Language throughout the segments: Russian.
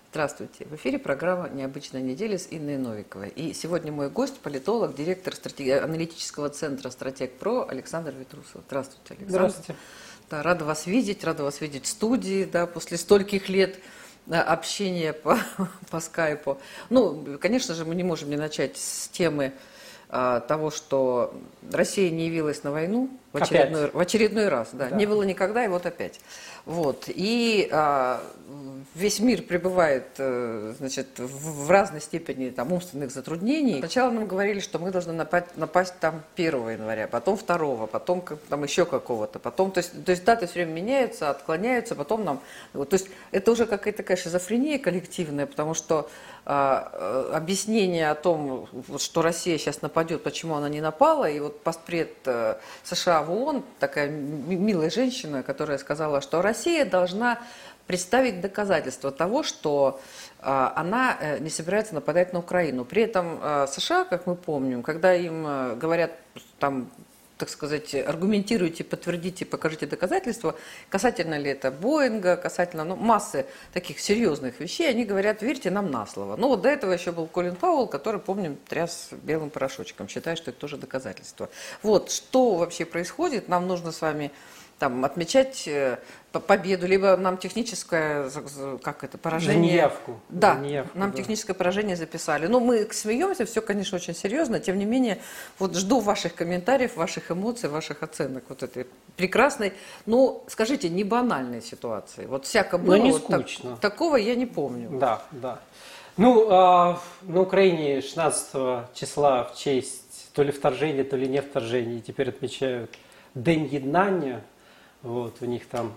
Здравствуйте. В эфире программа «Необычная неделя» с Инной Новиковой. И сегодня мой гость – политолог, директор аналитического центра «Стратег.Про» Александр Ветрусов. Здравствуйте, Александр. Здравствуйте. Да, рада вас видеть в студии, да, после стольких лет общения по скайпу. Ну, конечно же, мы не можем не начать с темы того, что Россия не явилась на войну в очередной раз. Да. Не было никогда, и вот опять. Вот. И весь мир пребывает, значит, в разной степени там, умственных затруднений. Сначала нам говорили, что мы должны напасть там 1 января, потом 2, потом там еще какого-то. Потом, то есть даты все время меняются, отклоняются, потом нам... То есть это уже какая-то такая шизофрения коллективная, потому что объяснение о том, что Россия сейчас нападет, почему она не напала, и вот постпред США в ООН, такая милая женщина, которая сказала, что Россия должна представить доказательства того, что она не собирается нападать на Украину. При этом США, как мы помним, когда им говорят там, так сказать, аргументируйте, подтвердите, покажите доказательства, касательно ли это Боинга, касательно массы таких серьезных вещей, они говорят, верьте нам на слово. Ну вот до этого еще был Колин Пауэлл, который, помним, тряс белым порошочком, считая, что это тоже доказательство. Вот, что вообще происходит, нам нужно с вами там отмечать победу, либо нам техническое, как это, поражение... Неявку. Да, нам техническое поражение записали. Ну, мы смеемся, все, конечно, очень серьезно, тем не менее, вот жду ваших комментариев, ваших эмоций, ваших оценок вот этой прекрасной, ну, скажите, не банальной ситуации. Вот всяко было. Но не скучно. Такого я не помню. Да, да. Ну, на Украине 16 числа в честь то ли вторжения, то ли не вторжения, теперь отмечают День Еднания. Вот, у них там.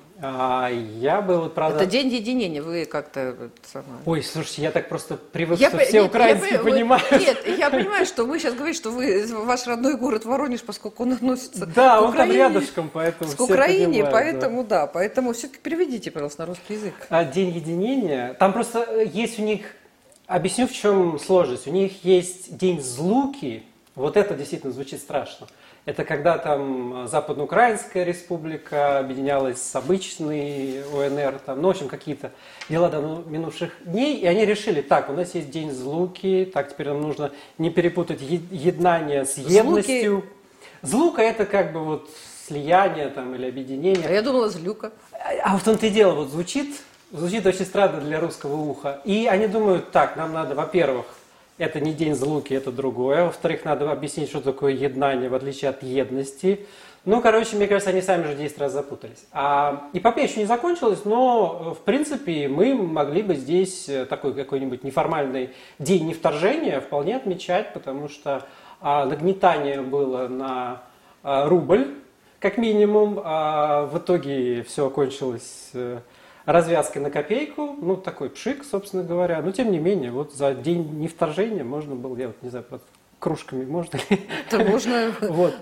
Я бы вот, правда... Это день единения, вы как-то... Ой, слушайте, я так просто привык, что все украинцы понимают. Нет, я понимаю, что вы сейчас говорите, что ваш родной город Воронеж, поскольку он относится да, к Украине. Да, он там рядышком, поэтому к Украине, поэтому, да. Поэтому все-таки переведите, пожалуйста, на русский язык. День единения. Там просто есть у них... Объясню, в чем сложность. У них есть День Злуки. Вот это действительно звучит страшно. Это когда там Западноукраинская республика объединялась с обычной УНР, там, ну, в общем, какие-то дела давно минувших дней, и они решили, так, у нас есть День Злуки, так, теперь нам нужно не перепутать еднание с едностью. Злука это как бы вот слияние там или объединение. А я думала, злюка. А в том-то и дело, вот звучит очень странно для русского уха. И они думают, так, нам надо, во-первых, это не День Злуки, это другое. Во-вторых, надо объяснить, что такое еднание, в отличие от едности. Ну, короче, мне кажется, они сами же 10 раз запутались. Эпопея еще не закончилась, но, в принципе, мы могли бы здесь такой какой-нибудь неформальный день невторжения вполне отмечать, потому что нагнетание было на рубль, как минимум. В итоге все окончилось... развязкой на копейку, ну, такой пшик, собственно говоря. Но, тем не менее, вот за день невторжения можно было, я вот не знаю, кружками можно ли? Да можно вот.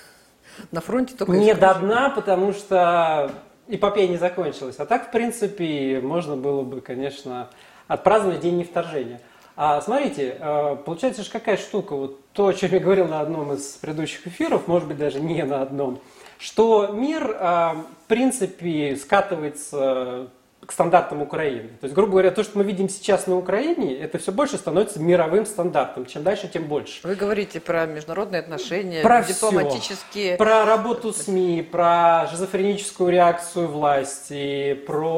На фронте только... Не до дна, потому что эпопея не закончилась. А так, в принципе, можно было бы, конечно, отпраздновать день невторжения. Смотрите, получается же какая штука, вот то, о чем я говорил на одном из предыдущих эфиров, может быть, даже не на одном, что мир, в принципе, скатывается к стандартам Украины. То есть, грубо говоря, то, что мы видим сейчас на Украине, это все больше становится мировым стандартом. Чем дальше, тем больше. Вы говорите про международные отношения, про дипломатические... Все. Про работу СМИ, про шизофреническую реакцию власти,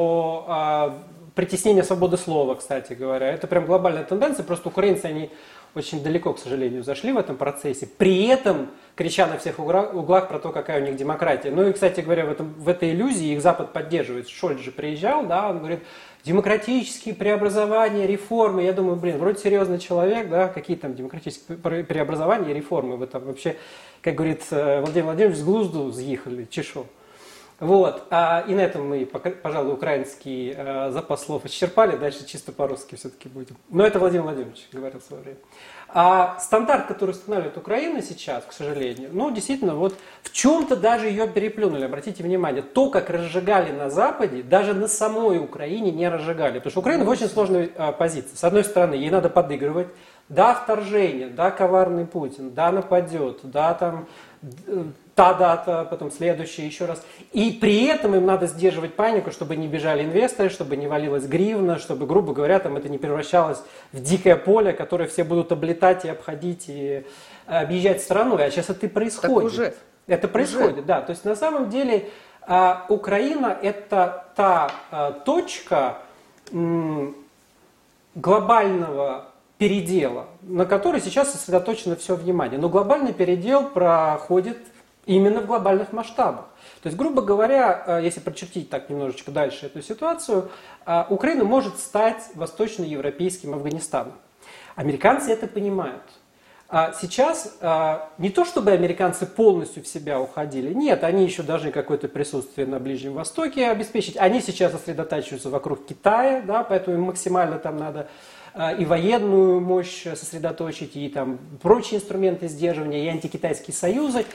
про притеснение свободы слова, кстати говоря. Это прям глобальная тенденция. Просто украинцы, они очень далеко, к сожалению, зашли в этом процессе, при этом крича на всех углах про то, какая у них демократия. Ну и, кстати говоря, в этой иллюзии их Запад поддерживает. Шольц же приезжал, да, он говорит, демократические преобразования, реформы. Я думаю, вроде серьезный человек, да, какие там демократические преобразования и реформы. Вы там вообще, как говорит Владимир Владимирович, с глузду съехали, чешу. Вот, и на этом мы, пожалуй, украинский запас слов исчерпали, дальше чисто по-русски все-таки будем. Но это Владимир Владимирович говорил в свое время. Стандарт, который устанавливает Украина сейчас, к сожалению, ну, действительно, вот в чем-то даже ее переплюнули, обратите внимание, то, как разжигали на Западе, даже на самой Украине не разжигали, потому что Украина в очень сложной позиции. С одной стороны, ей надо подыгрывать, Да, вторжение, да, коварный Путин, да, нападет, да, там та дата, потом следующая, еще раз. И при этом им надо сдерживать панику, чтобы не бежали инвесторы, чтобы не валилась гривна, чтобы, грубо говоря, там это не превращалось в дикое поле, которое все будут облетать и обходить, и объезжать страной. А сейчас это и происходит. Так уже. Это происходит, да. То есть на самом деле Украина это та точка глобального передела, на который сейчас сосредоточено все внимание. Но глобальный передел проходит именно в глобальных масштабах. То есть, грубо говоря, если прочертить так немножечко дальше эту ситуацию, Украина может стать восточноевропейским Афганистаном. Американцы это понимают. Сейчас не то, чтобы американцы полностью в себя уходили, нет, они еще должны какое-то присутствие на Ближнем Востоке обеспечить. Они сейчас сосредотачиваются вокруг Китая, да, поэтому им максимально там надо и военную мощь сосредоточить, и там прочие инструменты сдерживания, и антикитайские союзы.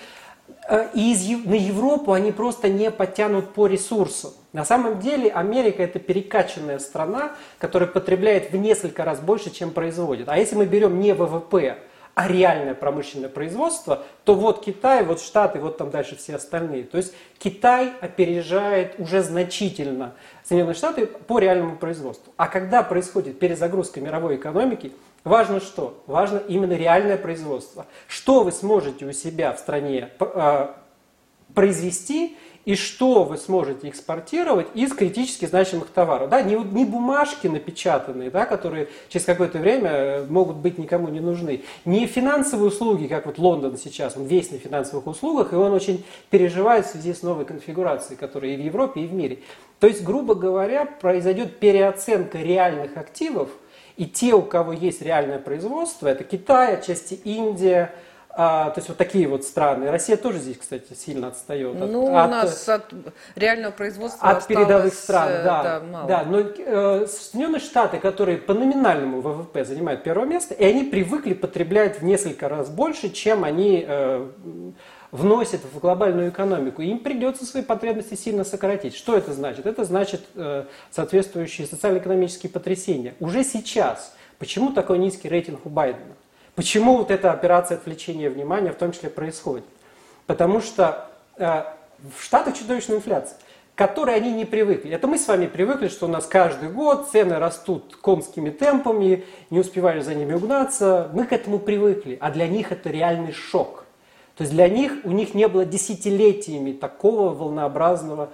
И на Европу они просто не подтянут по ресурсам. На самом деле Америка это перекачанная страна, которая потребляет в несколько раз больше, чем производит. А если мы берем не ВВП, а реальное промышленное производство, то вот Китай, вот Штаты, вот там дальше все остальные. То есть Китай опережает уже значительно Соединенные Штаты по реальному производству. А когда происходит перезагрузка мировой экономики, важно что? Важно именно реальное производство. Что вы сможете у себя в стране произвести и что вы сможете экспортировать из критически значимых товаров. Да, не бумажки напечатанные, да, которые через какое-то время могут быть никому не нужны. Не финансовые услуги, как вот Лондон сейчас, он весь на финансовых услугах, и он очень переживает в связи с новой конфигурацией, которая и в Европе, и в мире. То есть, грубо говоря, произойдет переоценка реальных активов, и те, у кого есть реальное производство, это Китай, отчасти Индия, то есть вот такие вот страны. Россия тоже здесь, кстати, сильно отстает. У нас от реального производства от передовых стран, да, мало. Да, но Соединенные Штаты, которые по номинальному ВВП занимают первое место, и они привыкли потреблять в несколько раз больше, чем они вносят в глобальную экономику. Им придется свои потребности сильно сократить. Что это значит? Это значит соответствующие социально-экономические потрясения. Уже сейчас. Почему такой низкий рейтинг у Байдена? Почему вот эта операция отвлечения внимания в том числе происходит? Потому что в Штатах чудовищная инфляция, к которой они не привыкли. Это мы с вами привыкли, что у нас каждый год цены растут конскими темпами, не успевали за ними угнаться. Мы к этому привыкли, а для них это реальный шок. То есть для них, у них не было десятилетиями такой волнообразной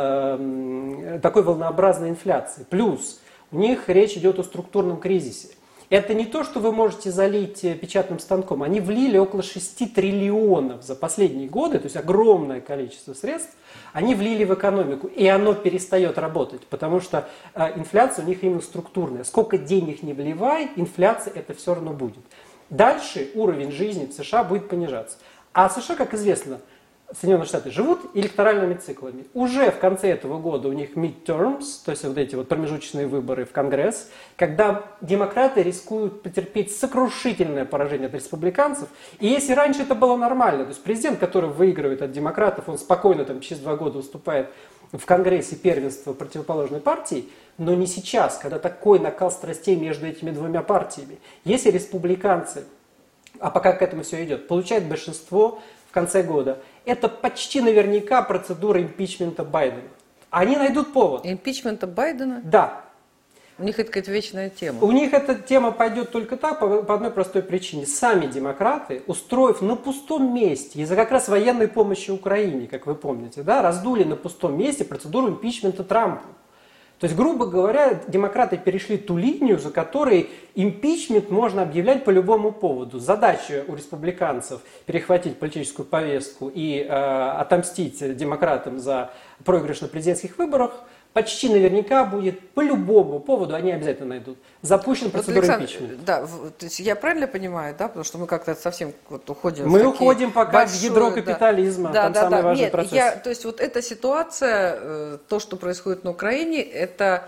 инфляции. Плюс у них речь идет о структурном кризисе. Это не то, что вы можете залить печатным станком. Они влили около 6 триллионов за последние годы, то есть огромное количество средств, они влили в экономику, и оно перестает работать, потому что инфляция у них именно структурная. Сколько денег не вливай, инфляция это все равно будет. Дальше уровень жизни в США будет понижаться. А США, как известно, Соединенные Штаты живут электоральными циклами. Уже в конце этого года у них midterms, то есть вот эти вот промежуточные выборы в Конгресс, когда демократы рискуют потерпеть сокрушительное поражение от республиканцев. И если раньше это было нормально, то есть президент, который выигрывает от демократов, он спокойно там через 2 года уступает в Конгрессе первенство противоположной партии, но не сейчас, когда такой накал страстей между этими двумя партиями. Если республиканцы, а пока к этому все идет, получают большинство в конце года, это почти наверняка процедура импичмента Байдена. Они найдут повод. Импичмента Байдена? Да. У них это какая-то вечная тема. У них эта тема пойдет только так, по одной простой причине. Сами демократы, устроив на пустом месте, из-за как раз военной помощи Украине, как вы помните, да, раздули на пустом месте процедуру импичмента Трампа. То есть, грубо говоря, демократы перешли ту линию, за которой импичмент можно объявлять по любому поводу. Задача у республиканцев перехватить политическую повестку и отомстить демократам за проигрыш на президентских выборах почти наверняка будет по любому поводу, они обязательно найдут. Запущен процедура импичмента. Да, то есть я правильно понимаю, да, потому что мы как-то совсем вот уходим. Мы уходим пока в ядро капитализма, да, там самый важный Нет, процесс. То есть вот эта ситуация, то, что происходит на Украине, это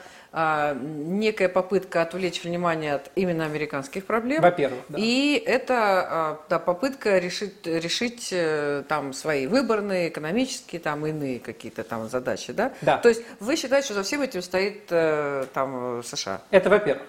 некая попытка отвлечь внимание от именно американских проблем. Во-первых, да. И это попытка решить там свои выборные, экономические, там иные какие-то там задачи, да? Да. То есть вы считаете, что за всем этим стоит там США? Это во-первых.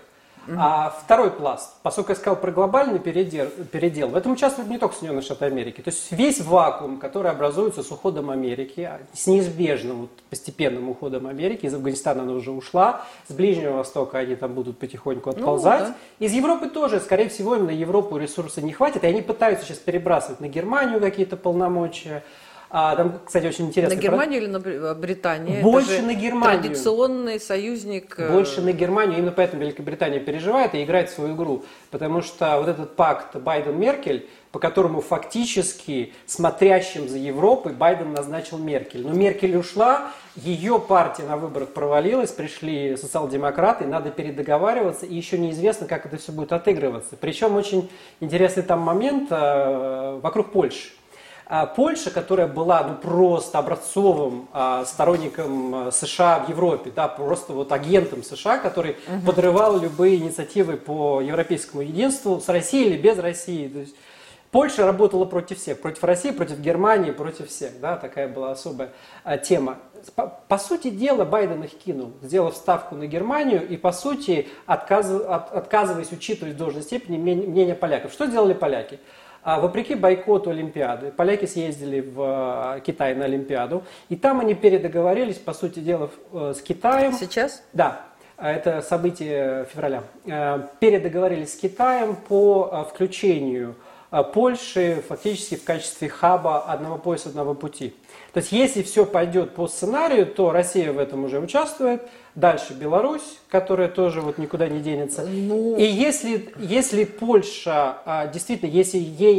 А второй пласт, поскольку я сказал про глобальный передел, в этом участвуют не только Соединенные Штаты Америки. То есть весь вакуум, который образуется с уходом Америки, с неизбежным вот, постепенным уходом Америки, из Афганистана она уже ушла, с Ближнего Востока они там будут потихоньку отползать. Ну, да. Из Европы тоже, скорее всего, им на Европу ресурсов не хватит, и они пытаются сейчас перебрасывать на Германию какие-то полномочия. Там, кстати, очень интересно. На Германию или на Британию? Больше на Германию. Традиционный союзник. Больше на Германию. Именно поэтому Великобритания переживает и играет в свою игру. Потому что вот этот пакт Байден-Меркель, по которому фактически смотрящим за Европой Байден назначил Меркель. Но Меркель ушла, ее партия на выборах провалилась, пришли социал-демократы, надо передоговариваться, и еще неизвестно, как это все будет отыгрываться. Причем очень интересный там момент вокруг Польши. Польша, которая была просто образцовым сторонником США в Европе, да, просто вот агентом США, который подрывал любые инициативы по европейскому единству с Россией или без России. То есть Польша работала против всех, против России, против Германии, против всех. Да, такая была особая тема. По сути дела, Байден их кинул, сделав ставку на Германию и, по сути, отказываясь учитывать в должной степени мнение поляков. Что сделали поляки? Вопреки бойкоту Олимпиады, поляки съездили в Китай на Олимпиаду, и там они передоговорились, по сути дела, с Китаем. Сейчас? Да, это событие февраля. Передоговорились с Китаем по включению Польши фактически в качестве хаба одного пояса, одного пути. То есть, если все пойдет по сценарию, то Россия в этом уже участвует. Дальше Беларусь, которая тоже вот никуда не денется. И если Польша, действительно, если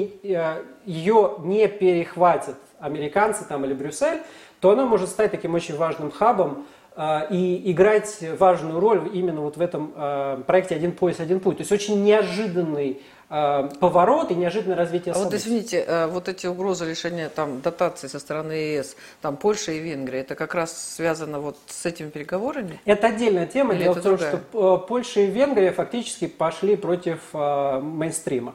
ее не перехватят американцы там, или Брюссель, то она может стать таким очень важным хабом и играть важную роль именно вот в этом проекте «Один пояс, один путь». То есть очень неожиданный поворот и неожиданное развитие событий. Вот извините, вот эти угрозы лишения там, дотаций со стороны ЕС, там Польша и Венгрия, это как раз связано вот с этими переговорами? Это отдельная тема. Или дело в том, что Польша и Венгрия фактически пошли против мейнстрима.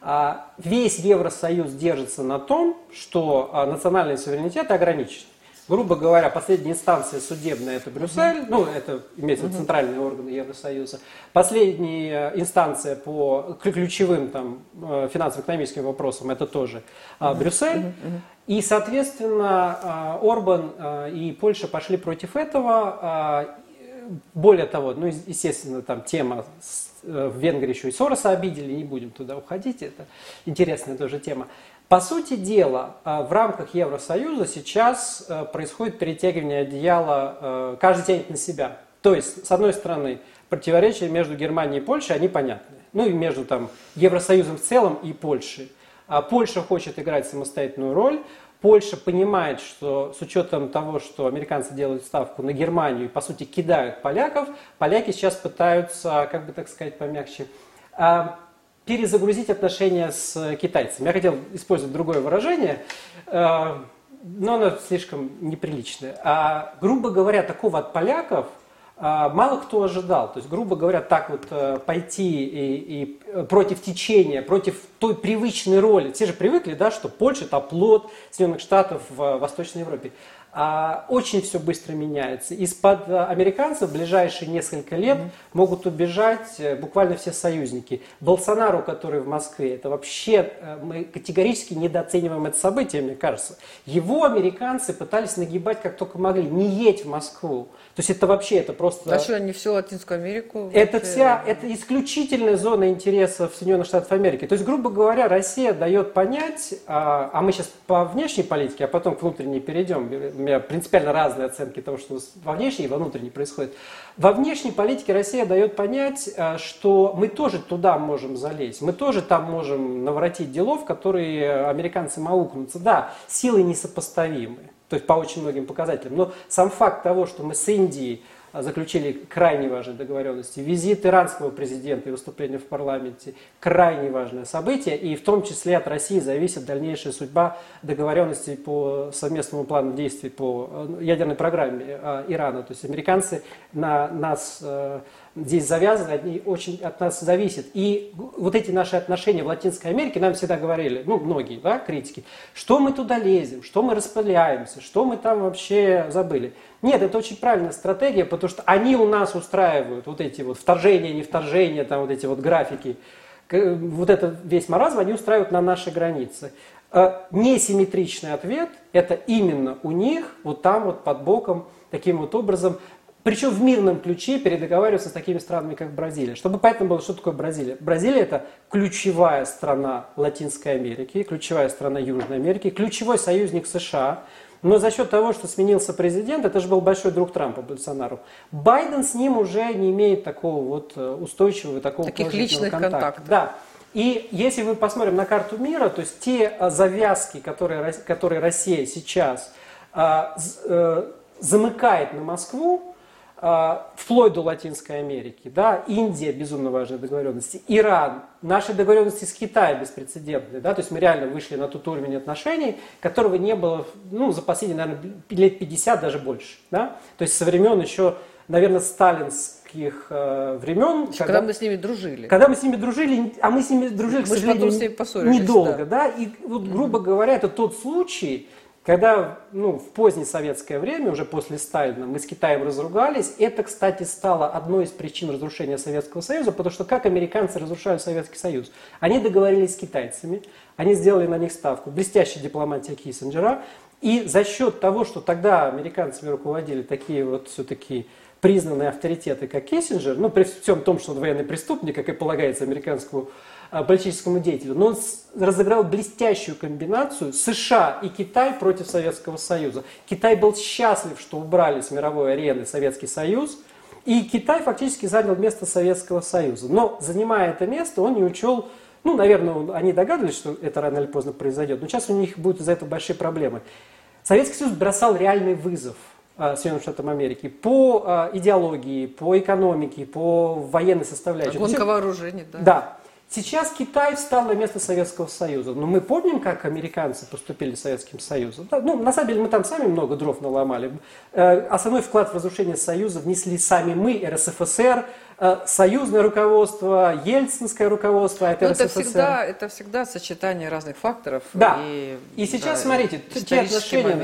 Весь Евросоюз держится на том, что национальный суверенитет ограничен. Грубо говоря, последняя инстанция судебная – это Брюссель, ну, это имеется в виду центральные органы Евросоюза. Последняя инстанция по ключевым там, финансово-экономическим вопросам – это тоже Брюссель. И, соответственно, Орбан и Польша пошли против этого. Более того, ну, естественно, там тема в Венгрии еще и Сороса обидели, не будем туда уходить, это интересная тоже тема. По сути дела, в рамках Евросоюза сейчас происходит перетягивание одеяла, каждый тянет на себя. То есть, с одной стороны, противоречия между Германией и Польшей, они понятны. Ну и между там, Евросоюзом в целом и Польшей. Польша хочет играть самостоятельную роль. Польша понимает, что с учетом того, что американцы делают ставку на Германию и, по сути, кидают поляков, поляки сейчас пытаются, как бы так сказать помягче, перезагрузить отношения с китайцами. Я хотел использовать другое выражение, но оно слишком неприличное. Грубо говоря, такого от поляков мало кто ожидал. То есть, грубо говоря, так вот пойти и против течения, против той привычной роли. Все же привыкли, да, что Польша – это оплот Соединенных Штатов в Восточной Европе. Очень все быстро меняется. Из-под американцев в ближайшие несколько лет могут убежать буквально все союзники. Болсонару, который в Москве, это вообще, мы категорически недооцениваем это событие, мне кажется. Его американцы пытались нагибать как только могли. Не едь в Москву. То есть это вообще, это просто... А что, они всю Латинскую Америку? Это исключительная зона интересов Соединенных Штатов Америки. То есть, грубо говоря, Россия дает понять, а мы сейчас по внешней политике, а потом к внутренней перейдем. У меня принципиально разные оценки того, что во внешней и во внутренней происходит. Во внешней политике Россия дает понять, что мы тоже туда можем залезть. Мы тоже там можем наворотить делов, которые американцы маукнутся. Да, силы несопоставимы. То есть по очень многим показателям. Но сам факт того, что мы с Индией заключили крайне важные договоренности, визит иранского президента и выступление в парламенте – крайне важное событие, и в том числе от России зависит дальнейшая судьба договоренностей по совместному плану действий по ядерной программе Ирана. То есть американцы на нас здесь завязаны, они очень от нас зависят. И вот эти наши отношения в Латинской Америке нам всегда говорили, ну, многие, да, критики, что мы туда лезем, что мы распыляемся, что мы там вообще забыли. Нет, это очень правильная стратегия, потому что они у нас устраивают вот эти вот вторжения, не вторжения, там вот эти вот графики, вот этот весь маразм они устраивают на нашей границе. Несимметричный ответ – это именно у них, вот там вот под боком, таким вот образом, причем в мирном ключе передоговариваться с такими странами, как Бразилия. Чтобы понятно было, что такое Бразилия. Бразилия – это ключевая страна Латинской Америки, ключевая страна Южной Америки, ключевой союзник США. Но за счет того, что сменился президент, это же был большой друг Трампа, Больсонару, Байден с ним уже не имеет такого вот устойчивого, такого таких личных контактов. Да. И если мы посмотрим на карту мира, то есть те завязки, которые Россия сейчас замыкает на Москву, вплоть до Латинской Америки, да, Индия, безумно важные договоренности, Иран, наши договоренности с Китаем беспрецедентные, да, то есть мы реально вышли на тот уровень отношений, которого не было, ну, за последние, наверное, лет 50, даже больше, да, то есть со времен еще, наверное, сталинских времен. Когда мы с ними дружили. Когда мы с ними дружили, а мы с ними дружили, к сожалению, недолго, да, и вот, грубо говоря, это тот случай, когда в позднее советское время, уже после Сталина, мы с Китаем разругались, это, кстати, стало одной из причин разрушения Советского Союза, потому что как американцы разрушали Советский Союз? Они договорились с китайцами, они сделали на них ставку, блестящая дипломатия Киссинджера, и за счет того, что тогда американцами руководили такие вот все-таки признанные авторитеты, как Киссинджер, при всем том, что он военный преступник, как и полагается американскому политическому деятелю, но он разыграл блестящую комбинацию США и Китай против Советского Союза. Китай был счастлив, что убрали с мировой арены Советский Союз, и Китай фактически занял место Советского Союза. Но, занимая это место, он не учел, наверное, они догадывались, что это рано или поздно произойдет, но сейчас у них будут из-за этого большие проблемы. Советский Союз бросал реальный вызов Соединенным Штатам Америки по идеологии, по экономике, по военной составляющей. Гонка вооружений, да. Да. Сейчас Китай встал на место Советского Союза. Но мы помним, как американцы поступили с Советским Союзом. Да, на самом деле мы там сами много дров наломали. Основной вклад в разрушение Союза внесли сами мы, РСФСР, союзное руководство, ельцинское руководство, РСФСР. Это всегда сочетание разных факторов. Да. И сейчас, смотрите, те отношения,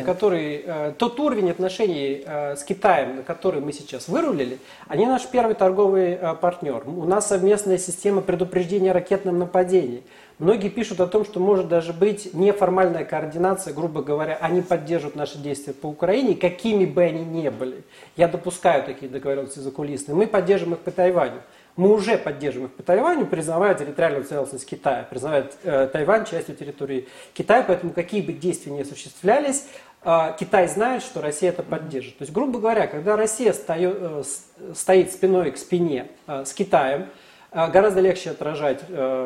тот уровень отношений с Китаем, на который мы сейчас вырулили, они наш первый торговый партнер. У нас совместная система предупреждения о ракетном нападении. Многие пишут о том, что может даже быть неформальная координация, грубо говоря, они поддерживают наши действия по Украине, какими бы они ни были. Я допускаю такие договоренности закулисные. Мы поддерживаем их по Тайваню. Мы уже поддерживаем их по Тайваню, признавая территориальную целостность Китая, признавая Тайвань частью территории Китая, поэтому какие бы действия ни осуществлялись, Китай знает, что Россия это поддержит. То есть, грубо говоря, когда Россия стоит спиной к спине с Китаем, гораздо легче отражать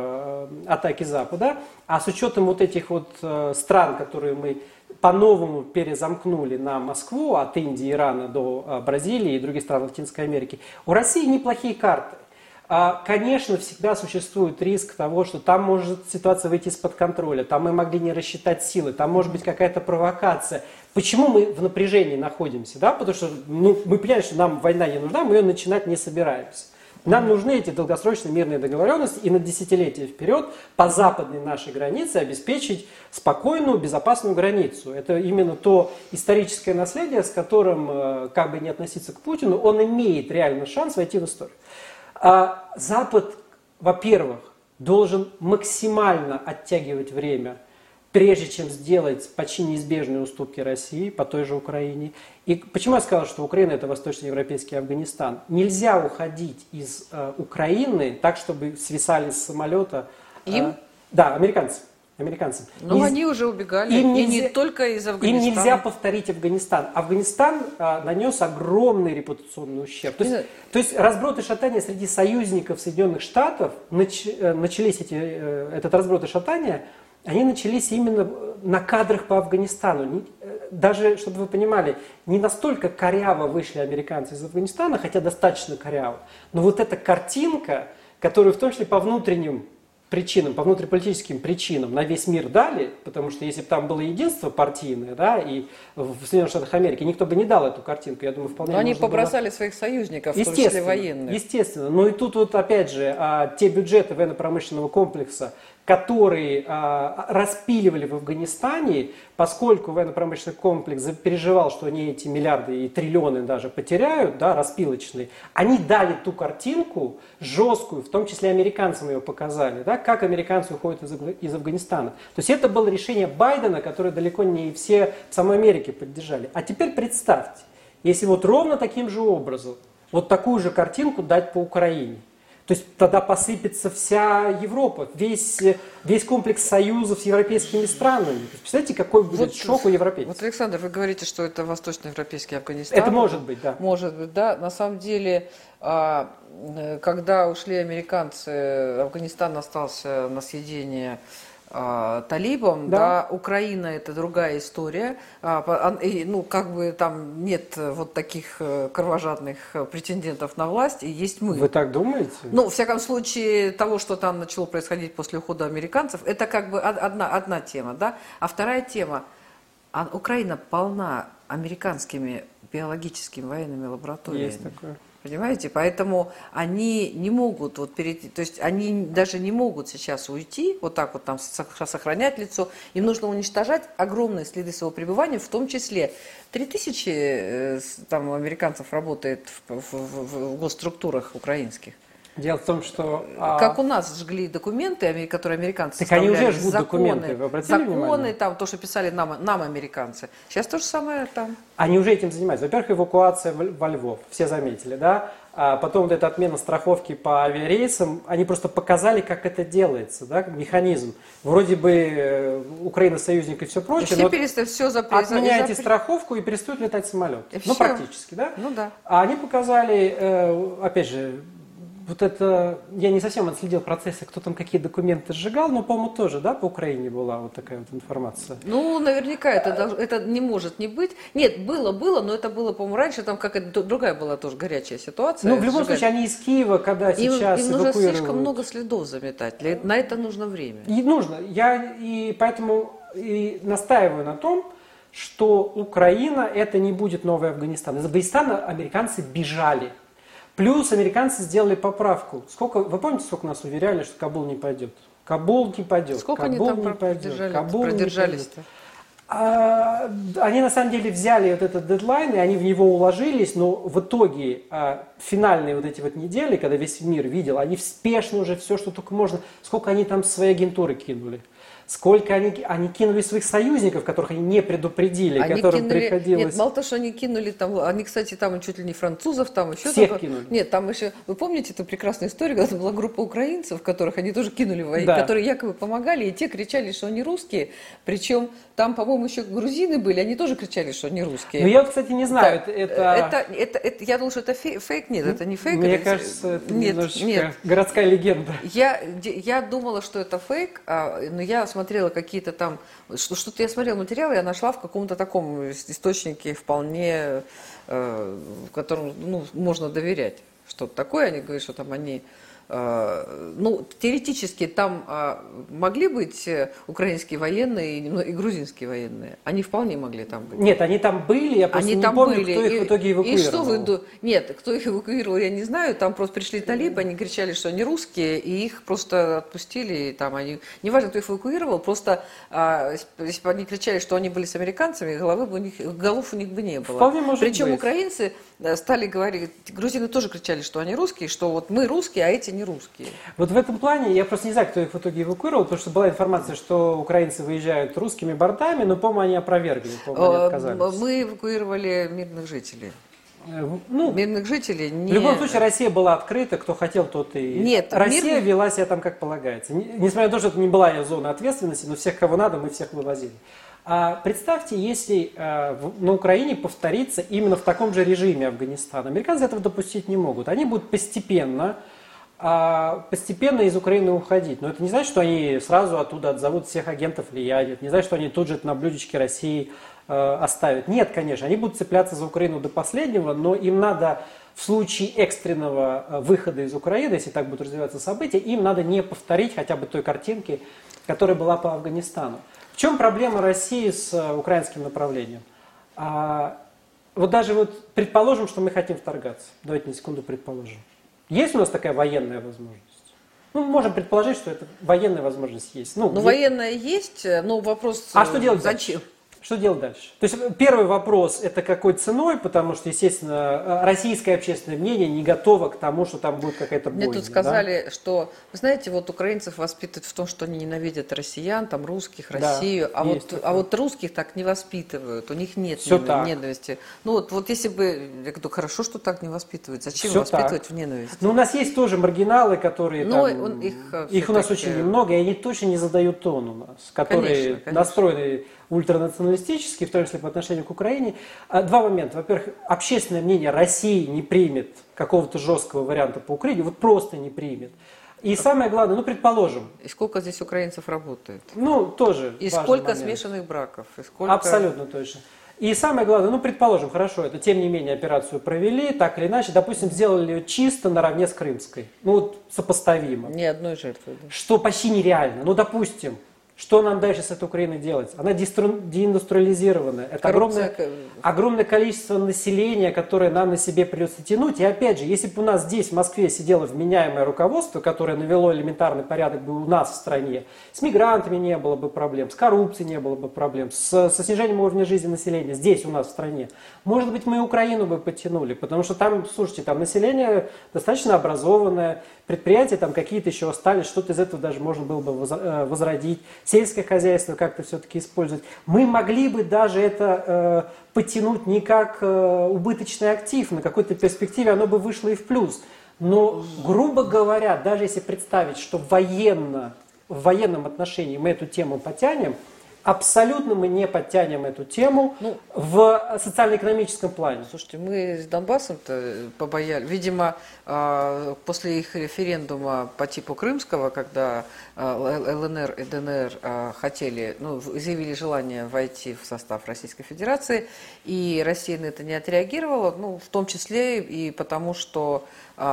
атаки Запада, а с учетом вот этих вот стран, которые мы по-новому перезамкнули на Москву, от Индии, Ирана до Бразилии и других стран Латинской Америки, у России неплохие карты. Конечно, всегда существует риск того, что там может ситуация выйти из-под контроля, там мы могли не рассчитать силы, там может быть какая-то провокация. Почему мы в напряжении находимся? Да? Потому что мы понимаем, что нам война не нужна, мы ее начинать не собираемся. Нам нужны эти долгосрочные мирные договоренности и на десятилетия вперед по западной нашей границе обеспечить спокойную, безопасную границу. Это именно то историческое наследие, с которым, как бы не относиться к Путину, он имеет реальный шанс войти в историю. Запад, во-первых, должен максимально оттягивать время, прежде чем сделать почти неизбежные уступки России по той же Украине. И почему я сказал, что Украина – это восточноевропейский Афганистан? Нельзя уходить из Украины так, чтобы свисали с самолета. Им? Да, американцам. Но они уже убегали, и не только из Афганистана. Им нельзя повторить Афганистан. Афганистан нанес огромный репутационный ущерб. То есть разброд и шатания среди союзников Соединенных Штатов, начались этот разброд и шатание, они начались именно на кадрах по Афганистану. Даже, чтобы вы понимали, не настолько коряво вышли американцы из Афганистана, хотя достаточно коряво. Но вот эта картинка, которую в том числе по внутренним причинам, по внутриполитическим причинам на весь мир дали, потому что если бы там было единство партийное, да, и в Соединенных Штатах Америки никто бы не дал эту картинку, я думаю, вполне. Но они побросали своих союзников, в том числе военных. Естественно. Но и тут вот опять же те бюджеты военно-промышленного комплекса, которые распиливали в Афганистане, поскольку военно-промышленный комплекс переживал, что они эти миллиарды и триллионы даже потеряют, да, распилочные, они дали ту картинку жесткую, в том числе американцам ее показали, да, как американцы уходят из Афганистана. То есть это было решение Байдена, которое далеко не все в самой Америке поддержали. А теперь представьте, если вот ровно таким же образом вот такую же картинку дать по Украине. То есть тогда посыпется вся Европа, весь комплекс союзов с европейскими странами. Представляете, какой будет шок у европейцев? Вот, Александр, вы говорите, что это восточноевропейский Афганистан. Это может быть, да. Может быть, да. На самом деле, когда ушли американцы, Афганистан остался на съедение талибам, да. Украина это другая история, ну как бы там нет вот таких кровожадных претендентов на власть, и есть мы. Вы так думаете? Ну, во всяком случае, того, что там начало происходить после ухода американцев, это как бы одна тема, да, а вторая тема, Украина полна американскими биологическими военными лабораториями. Есть такое. Понимаете, поэтому они не могут вот перейти, то есть они даже не могут сейчас уйти, вот так вот там сохранять лицо, им нужно уничтожать огромные следы своего пребывания, в том числе 3000 там американцев работает в госструктурах украинских. Дело в том, что... Как у нас жгли документы, которые американцы так они уже жгут законы, документы, вы обратили внимание? Там, то, что писали нам американцы. Сейчас то же самое там. Они уже этим занимаются. Во-первых, эвакуация во Львов, все заметили, да? А потом вот эта отмена страховки по авиарейсам, они просто показали, как это делается, да, механизм. Вроде бы Украина союзник и все прочее, но отменяете страховку и перестают летать самолет. Ну, практически, да? Ну, да. А они показали, опять же, вот это, я не совсем отследил процессы, кто там какие документы сжигал, но, по-моему, тоже, да, по Украине была вот такая вот информация. Ну, наверняка это не может не быть. Нет, было, но это было, по-моему, раньше, там какая-то другая была тоже горячая ситуация. Ну, в любом случае, они из Киева, когда сейчас им нужно слишком много следов заметать, на это нужно время. И нужно, поэтому и настаиваю на том, что Украина это не будет новый Афганистан. Из Афганистана американцы бежали. Плюс американцы сделали поправку. Вы помните, сколько нас уверяли, что Кабул не пойдет? Кабул не пойдет. Сколько Кабул они там продержались-то? Они на самом деле взяли вот этот дедлайн, и они в него уложились, но в итоге финальные вот эти вот недели, когда весь мир видел, они спешно уже все, что только можно, сколько они там своей агентуры кинули. Сколько они кинули своих союзников, которых они не предупредили, которым приходилось... Нет, мало того, что они кинули, там, они, кстати, там чуть ли не французов, там еще... Всех кинули. Нет, там еще... Вы помните эту прекрасную историю, когда была группа украинцев, которых они тоже кинули, да. которые якобы помогали, и те кричали, что они русские, причем там, по-моему, еще грузины были, они тоже кричали, что они русские. Ну, я, кстати, не знаю, я думал, что это фейк, нет, это не фейк. Мне кажется, это немножечко городская легенда. Я думала, что это фейк, но я смотрела какие-то там, что-то я смотрела материалы, я нашла в каком-то таком источнике вполне, которому можно доверять. Что-то такое, они говорят, что там они... Ну, теоретически там могли быть украинские военные и грузинские военные. Они вполне могли там быть. Нет, они там были, я просто не помню, кто их в итоге эвакуировал. Нет, кто их эвакуировал, я не знаю. Там просто пришли талибы, они кричали, что они русские, и их просто отпустили. И там они... Неважно, кто их эвакуировал, просто если бы они кричали, что они были с американцами, голов у них бы не было. Вполне может Причем быть. Украинцы стали говорить, грузины тоже кричали, что они русские, что вот мы русские, а эти не русские. Вот в этом плане, я просто не знаю, кто их в итоге эвакуировал, потому что была информация, что украинцы выезжают русскими бортами, но, по-моему, они опровергли, по-моему, они отказались. Мы эвакуировали мирных жителей. Ну, мирных жителей не... В любом случае, Россия была открыта, кто хотел, тот и... Нет, Россия вела себя там как полагается. Несмотря на то, что это не была ее зона ответственности, но всех, кого надо, мы всех вывозили. А представьте, если на Украине повторится именно в таком же режиме Афганистан. Американцы этого допустить не могут. Они будут постепенно из Украины уходить. Но это не значит, что они сразу оттуда отзовут всех агентов влияния. Это не значит, что они тут же на блюдечке России оставят. Нет, конечно, они будут цепляться за Украину до последнего, но им надо в случае экстренного выхода из Украины, если так будут развиваться события, им надо не повторить хотя бы той картинки, которая была по Афганистану. В чем проблема России с украинским направлением? Вот даже вот предположим, что мы хотим вторгаться. Давайте на секунду предположим. Есть у нас такая военная возможность? Ну, можем предположить, что это военная возможность есть. Ну, военная есть, но вопрос... А что делать зачем? Дальше? Что делать дальше? То есть первый вопрос, это какой ценой, потому что, естественно, российское общественное мнение не готово к тому, что там будет какая-то бойня. Мне тут сказали, да? Что, вы знаете, вот украинцев воспитывают в том, что они ненавидят россиян, там, русских, Россию, да, а вот русских так не воспитывают, у них нет ненависти. Ну вот если бы, я говорю, хорошо, что так не воспитывают, зачем воспитывать в ненависти? Ну, у нас есть тоже маргиналы, которые там, их у нас очень немного, и они точно не задают тон у нас, которые конечно. Настроены ультранационалистически, в том числе по отношению к Украине. Два момента. Во-первых, общественное мнение России не примет какого-то жесткого варианта по Украине, вот просто не примет. И самое главное, ну, предположим. И сколько здесь украинцев работает? Ну, тоже и сколько момент. Смешанных браков? И сколько... Абсолютно точно. И самое главное, ну, предположим, хорошо, это тем не менее операцию провели, так или иначе, допустим, сделали ее чисто наравне с Крымской. Ну, вот сопоставимо. Ни одной жертвы. Да. Что почти нереально. Ну, допустим. Что нам дальше с этой Украиной делать? Она деиндустриализированная. Это огромное количество населения, которое нам на себе придется тянуть. И опять же, если бы у нас здесь, в Москве, сидело вменяемое руководство, которое навело элементарный порядок бы у нас в стране, с мигрантами не было бы проблем, с коррупцией не было бы проблем, со снижением уровня жизни населения здесь у нас в стране, может быть, мы и Украину бы потянули, потому что там, слушайте, там население достаточно образованное, предприятия там какие-то еще остались, что-то из этого даже можно было бы возродить. Сельское хозяйство как-то все-таки использовать. Мы могли бы даже это подтянуть не как убыточный актив, на какой-то перспективе оно бы вышло и в плюс. Но, грубо говоря, даже если представить, что в военном отношении мы эту тему потянем, абсолютно мы не подтянем эту тему в социально-экономическом плане. Слушайте, мы с Донбассом-то побоялись. Видимо, после их референдума по типу крымского, когда ЛНР и ДНР хотели, заявили желание войти в состав Российской Федерации, и Россия на это не отреагировала, в том числе и потому, что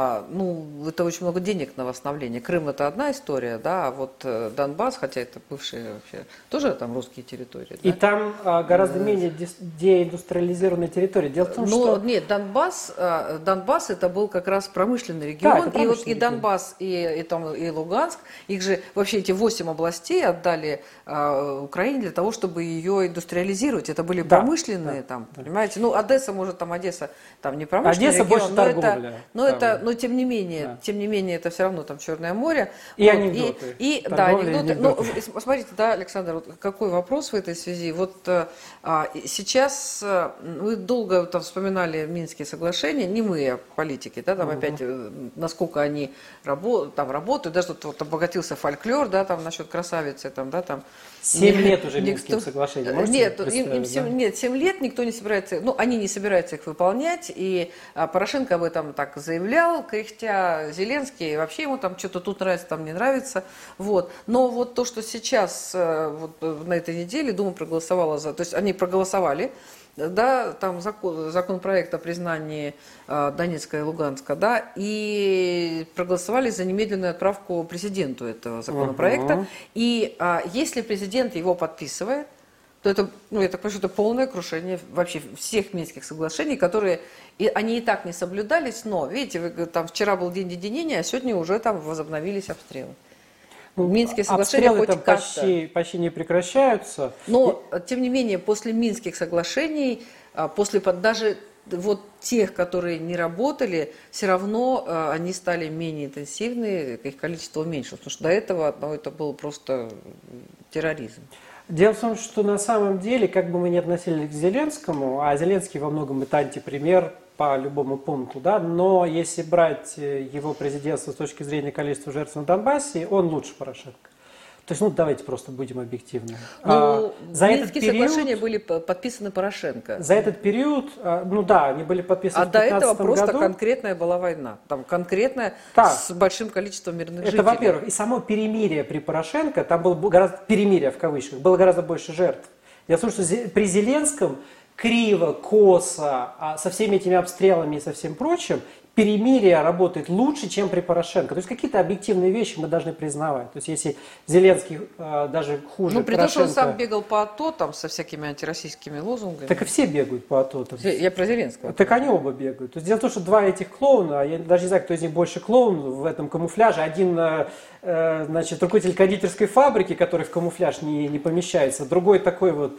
это очень много денег на восстановление. Крым – это одна история, да, а вот Донбасс, хотя это бывшие вообще, тоже там русские территории. И да? там гораздо менее деиндустриализированная территория. Дело в том, что... Нет, Донбасс это был как раз промышленный регион, да, и Донбасс, и Луганск, их же вообще эти 8 областей отдали Украине для того, чтобы ее индустриализировать. Это были промышленные там, понимаете? Одесса, может, Одесса там не промышленный Одесса регион, больше торговля. Но тем не менее, это все равно там Черное море. И анекдоты. Анекдоты. Смотрите, да, Александр, какой вопрос в этой связи. Вот сейчас мы долго там вспоминали Минские соглашения, не мы, а политики, да, там опять, насколько они работают, даже тут обогатился фольклор, да, там насчет красавицы, там, да, там. 7 лет уже Минским соглашениям. Нет, 7 лет никто не собирается, они не собираются их выполнять, и Порошенко об этом так заявлял, кряхтя, Зеленский, вообще ему там что-то тут нравится, там не нравится, вот. Но вот то, что сейчас, вот на этой неделе Дума проголосовала за, то есть они проголосовали, да, там законопроект о признании Донецка и Луганска, да, и проголосовали за немедленную отправку президенту этого законопроекта. И если президент его подписывает, то это, я так понимаю, что это полное крушение вообще всех Минских соглашений, которые, они и так не соблюдались, но, видите, там вчера был день единения, а сегодня уже там возобновились обстрелы. Минские соглашения хоть как-то почти не прекращаются. Но, тем не менее, после Минских соглашений, после даже вот тех, которые не работали, все равно они стали менее интенсивны, их количество уменьшилось. Потому что до этого это был просто терроризм. Дело в том, что на самом деле, как бы мы ни относились к Зеленскому, а Зеленский во многом это антипример по любому пункту, да, но если брать его президентство с точки зрения количества жертв на Донбассе, он лучше Порошенко. То есть, давайте просто будем объективны. Минские соглашения были подписаны Порошенко. За этот период, они были подписаны в 2015 году. А до этого просто конкретная была война. Там конкретная с большим количеством мирных жителей. Это, во-первых. И само перемирие при Порошенко, там было гораздо, перемирие в кавычках, было гораздо больше жертв. Дело в том, что при Зеленском криво, косо, со всеми этими обстрелами и со всем прочим, перемирие работает лучше, чем при Порошенко. То есть какие-то объективные вещи мы должны признавать. То есть если Зеленский даже хуже Ну, при том, что Порошенко... он сам бегал по АТО там, со всякими антироссийскими лозунгами. Так и все бегают по АТО. Там. Я про Зеленского. Так они оба бегают. То есть дело в том, что два этих клоуна, я даже не знаю, кто из них больше клоун в этом камуфляже. Один, значит, руководитель кондитерской фабрики, который в камуфляж не помещается. Другой такой вот...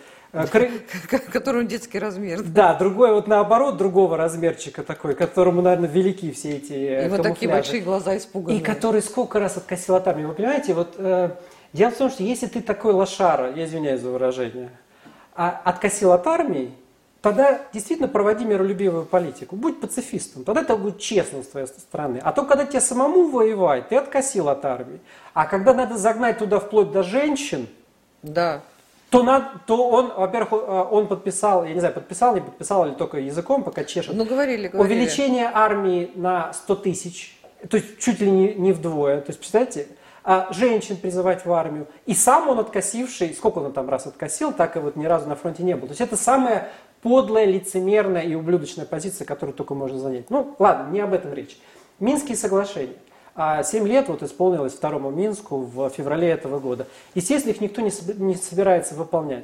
Которому детский размер. Да, другой вот наоборот, другого размерчика такой, которому, наверное, велики все эти камуфляжи. И вот такие большие глаза испуганные. И который сколько раз откосил от армии. Вы понимаете, вот дело в том, что если ты такой лошара, я извиняюсь за выражение, откосил от армии, тогда действительно проводи миролюбивую политику. Будь пацифистом, тогда это будет честно с твоей стороны. А то, когда тебе самому воевать, ты откосил от армии. А когда надо загнать туда вплоть до женщин, да. то он, во-первых, он подписал, я не знаю, подписал, не подписал, или только языком, пока чешет. Ну, говорили. Увеличение армии на 100 тысяч, то есть чуть ли не вдвое. То есть, представляете, женщин призывать в армию. И сам он откосивший, сколько он там раз откосил, так и вот ни разу на фронте не был. То есть это самая подлая, лицемерная и ублюдочная позиция, которую только можно занять. Ну, ладно, не об этом речь. Минские соглашения. 7 лет вот исполнилось второму Минску в феврале этого года. Естественно, их никто не собирается выполнять.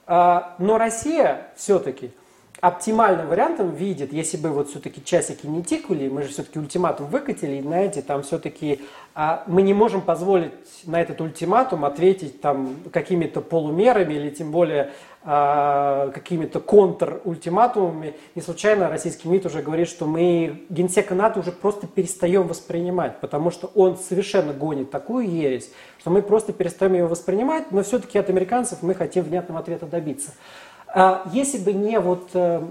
Но Россия все-таки оптимальным вариантом видит, если бы вот все-таки часики не тикали, мы же все-таки ультиматум выкатили, и знаете, там все-таки мы не можем позволить на этот ультиматум ответить там какими-то полумерами или тем более какими-то контрультиматумами. Не случайно российский МИД уже говорит, что мы генсека НАТО уже просто перестаем воспринимать, потому что он совершенно гонит такую ересь, что мы просто перестаем его воспринимать, но все-таки от американцев мы хотим внятного ответа добиться. Если бы не вот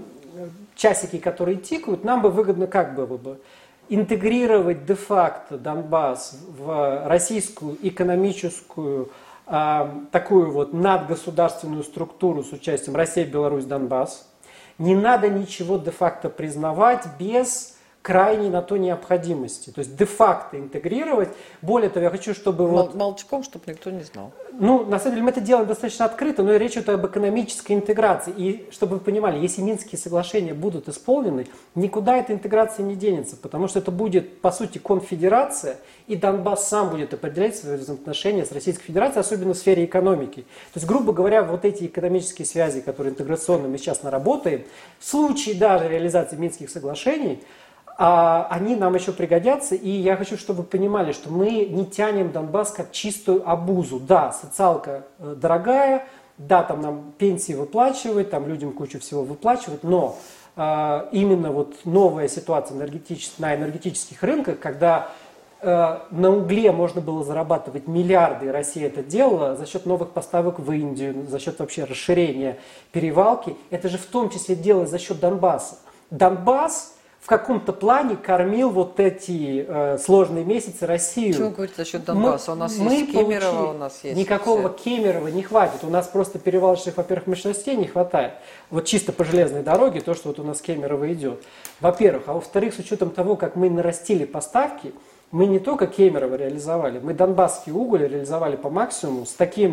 часики, которые тикают, нам бы выгодно как было бы интегрировать де-факто Донбасс в российскую экономическую такую вот надгосударственную структуру с участием Россия, Беларусь, Донбасс. Не надо ничего де-факто признавать без крайней на то необходимости. То есть де-факто интегрировать. Более того, я хочу, чтобы... Молчком, чтобы никто не знал. Ну, на самом деле, мы это делаем достаточно открыто, но речь идет об экономической интеграции. И чтобы вы понимали, если Минские соглашения будут исполнены, никуда эта интеграция не денется, потому что это будет, по сути, конфедерация, и Донбасс сам будет определять свои взаимоотношения с Российской Федерацией, особенно в сфере экономики. То есть, грубо говоря, вот эти экономические связи, которые интеграционно мы сейчас наработаем, в случае даже реализации Минских соглашений, они нам еще пригодятся, и я хочу, чтобы вы понимали, что мы не тянем Донбасс как чистую обузу. Да, социалка дорогая, да, там нам пенсии выплачивают, там людям кучу всего выплачивают, но именно вот новая ситуация на энергетических рынках, когда на угле можно было зарабатывать миллиарды, и Россия это делала за счет новых поставок в Индию, за счет вообще расширения перевалки, это же в том числе делалось за счет Донбасса. Донбасс в каком-то плане кормил вот эти сложные месяцы Россию. Почему вы говорите за счет Донбасса? У нас есть Кемерово, у нас есть... Никакого Кемерово не хватит. У нас просто перевалочных, во-первых, мощностей не хватает. Вот чисто по железной дороге, то, что вот у нас Кемерово идет. Во-первых. А во-вторых, с учетом того, как мы нарастили поставки, мы не только Кемерово реализовали, мы донбасский уголь реализовали по максимуму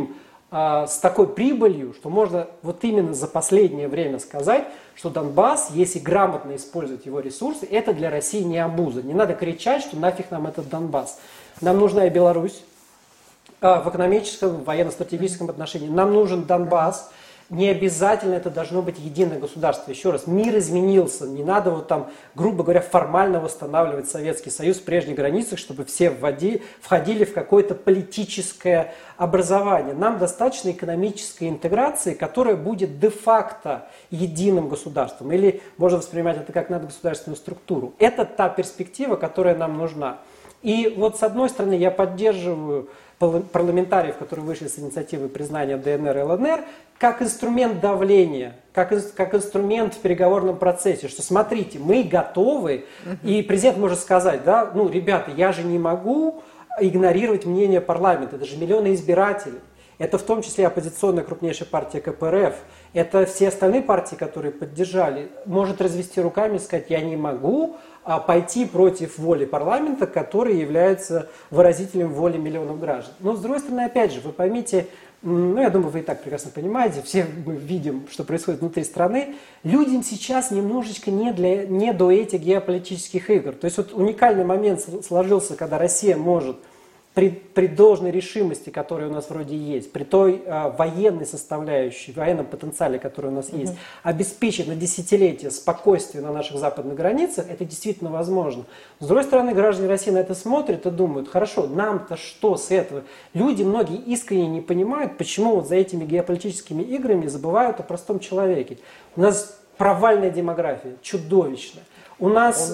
с такой прибылью, что можно вот именно за последнее время сказать, что Донбасс, если грамотно использовать его ресурсы, это для России не обуза. Не надо кричать, что нафиг нам этот Донбасс. Нам нужна и Беларусь в экономическом, в военно-стратегическом отношении. Нам нужен Донбасс. Не обязательно это должно быть единое государство. Еще раз, мир изменился. Не надо вот там, грубо говоря, формально восстанавливать Советский Союз в прежних границах, чтобы все входили в какое-то политическое образование. Нам достаточно экономической интеграции, которая будет де-факто единым государством. Или можно воспринимать это как надгосударственную структуру. Это та перспектива, которая нам нужна. И вот с одной стороны я поддерживаю парламентариев, которые вышли с инициативы признания ДНР и ЛНР, как инструмент давления, как инструмент в переговорном процессе, что смотрите, мы готовы, и президент может сказать, да, ну, ребята, я же не могу игнорировать мнение парламента, это же миллионы избирателей. это в том числе оппозиционная крупнейшая партия КПРФ, это все остальные партии, которые поддержали, может развести руками и сказать, я не могу пойти против воли парламента, который является выразителем воли миллионов граждан. Но с другой стороны, опять же, вы поймите, ну, я думаю, вы и так прекрасно понимаете, все мы видим, что происходит внутри страны. Людям сейчас немножечко не до этих геополитических игр. То есть вот уникальный момент сложился, когда Россия может при должной решимости, которая у нас вроде есть, при той военной составляющей, военном потенциале, который у нас есть, обеспечить на десятилетия спокойствие на наших западных границах, это действительно возможно. С другой стороны, граждане России на это смотрят и думают, хорошо, нам-то что с этого? Люди, многие искренне не понимают, почему вот за этими геополитическими играми забывают о простом человеке. У нас провальная демография, чудовищная. У нас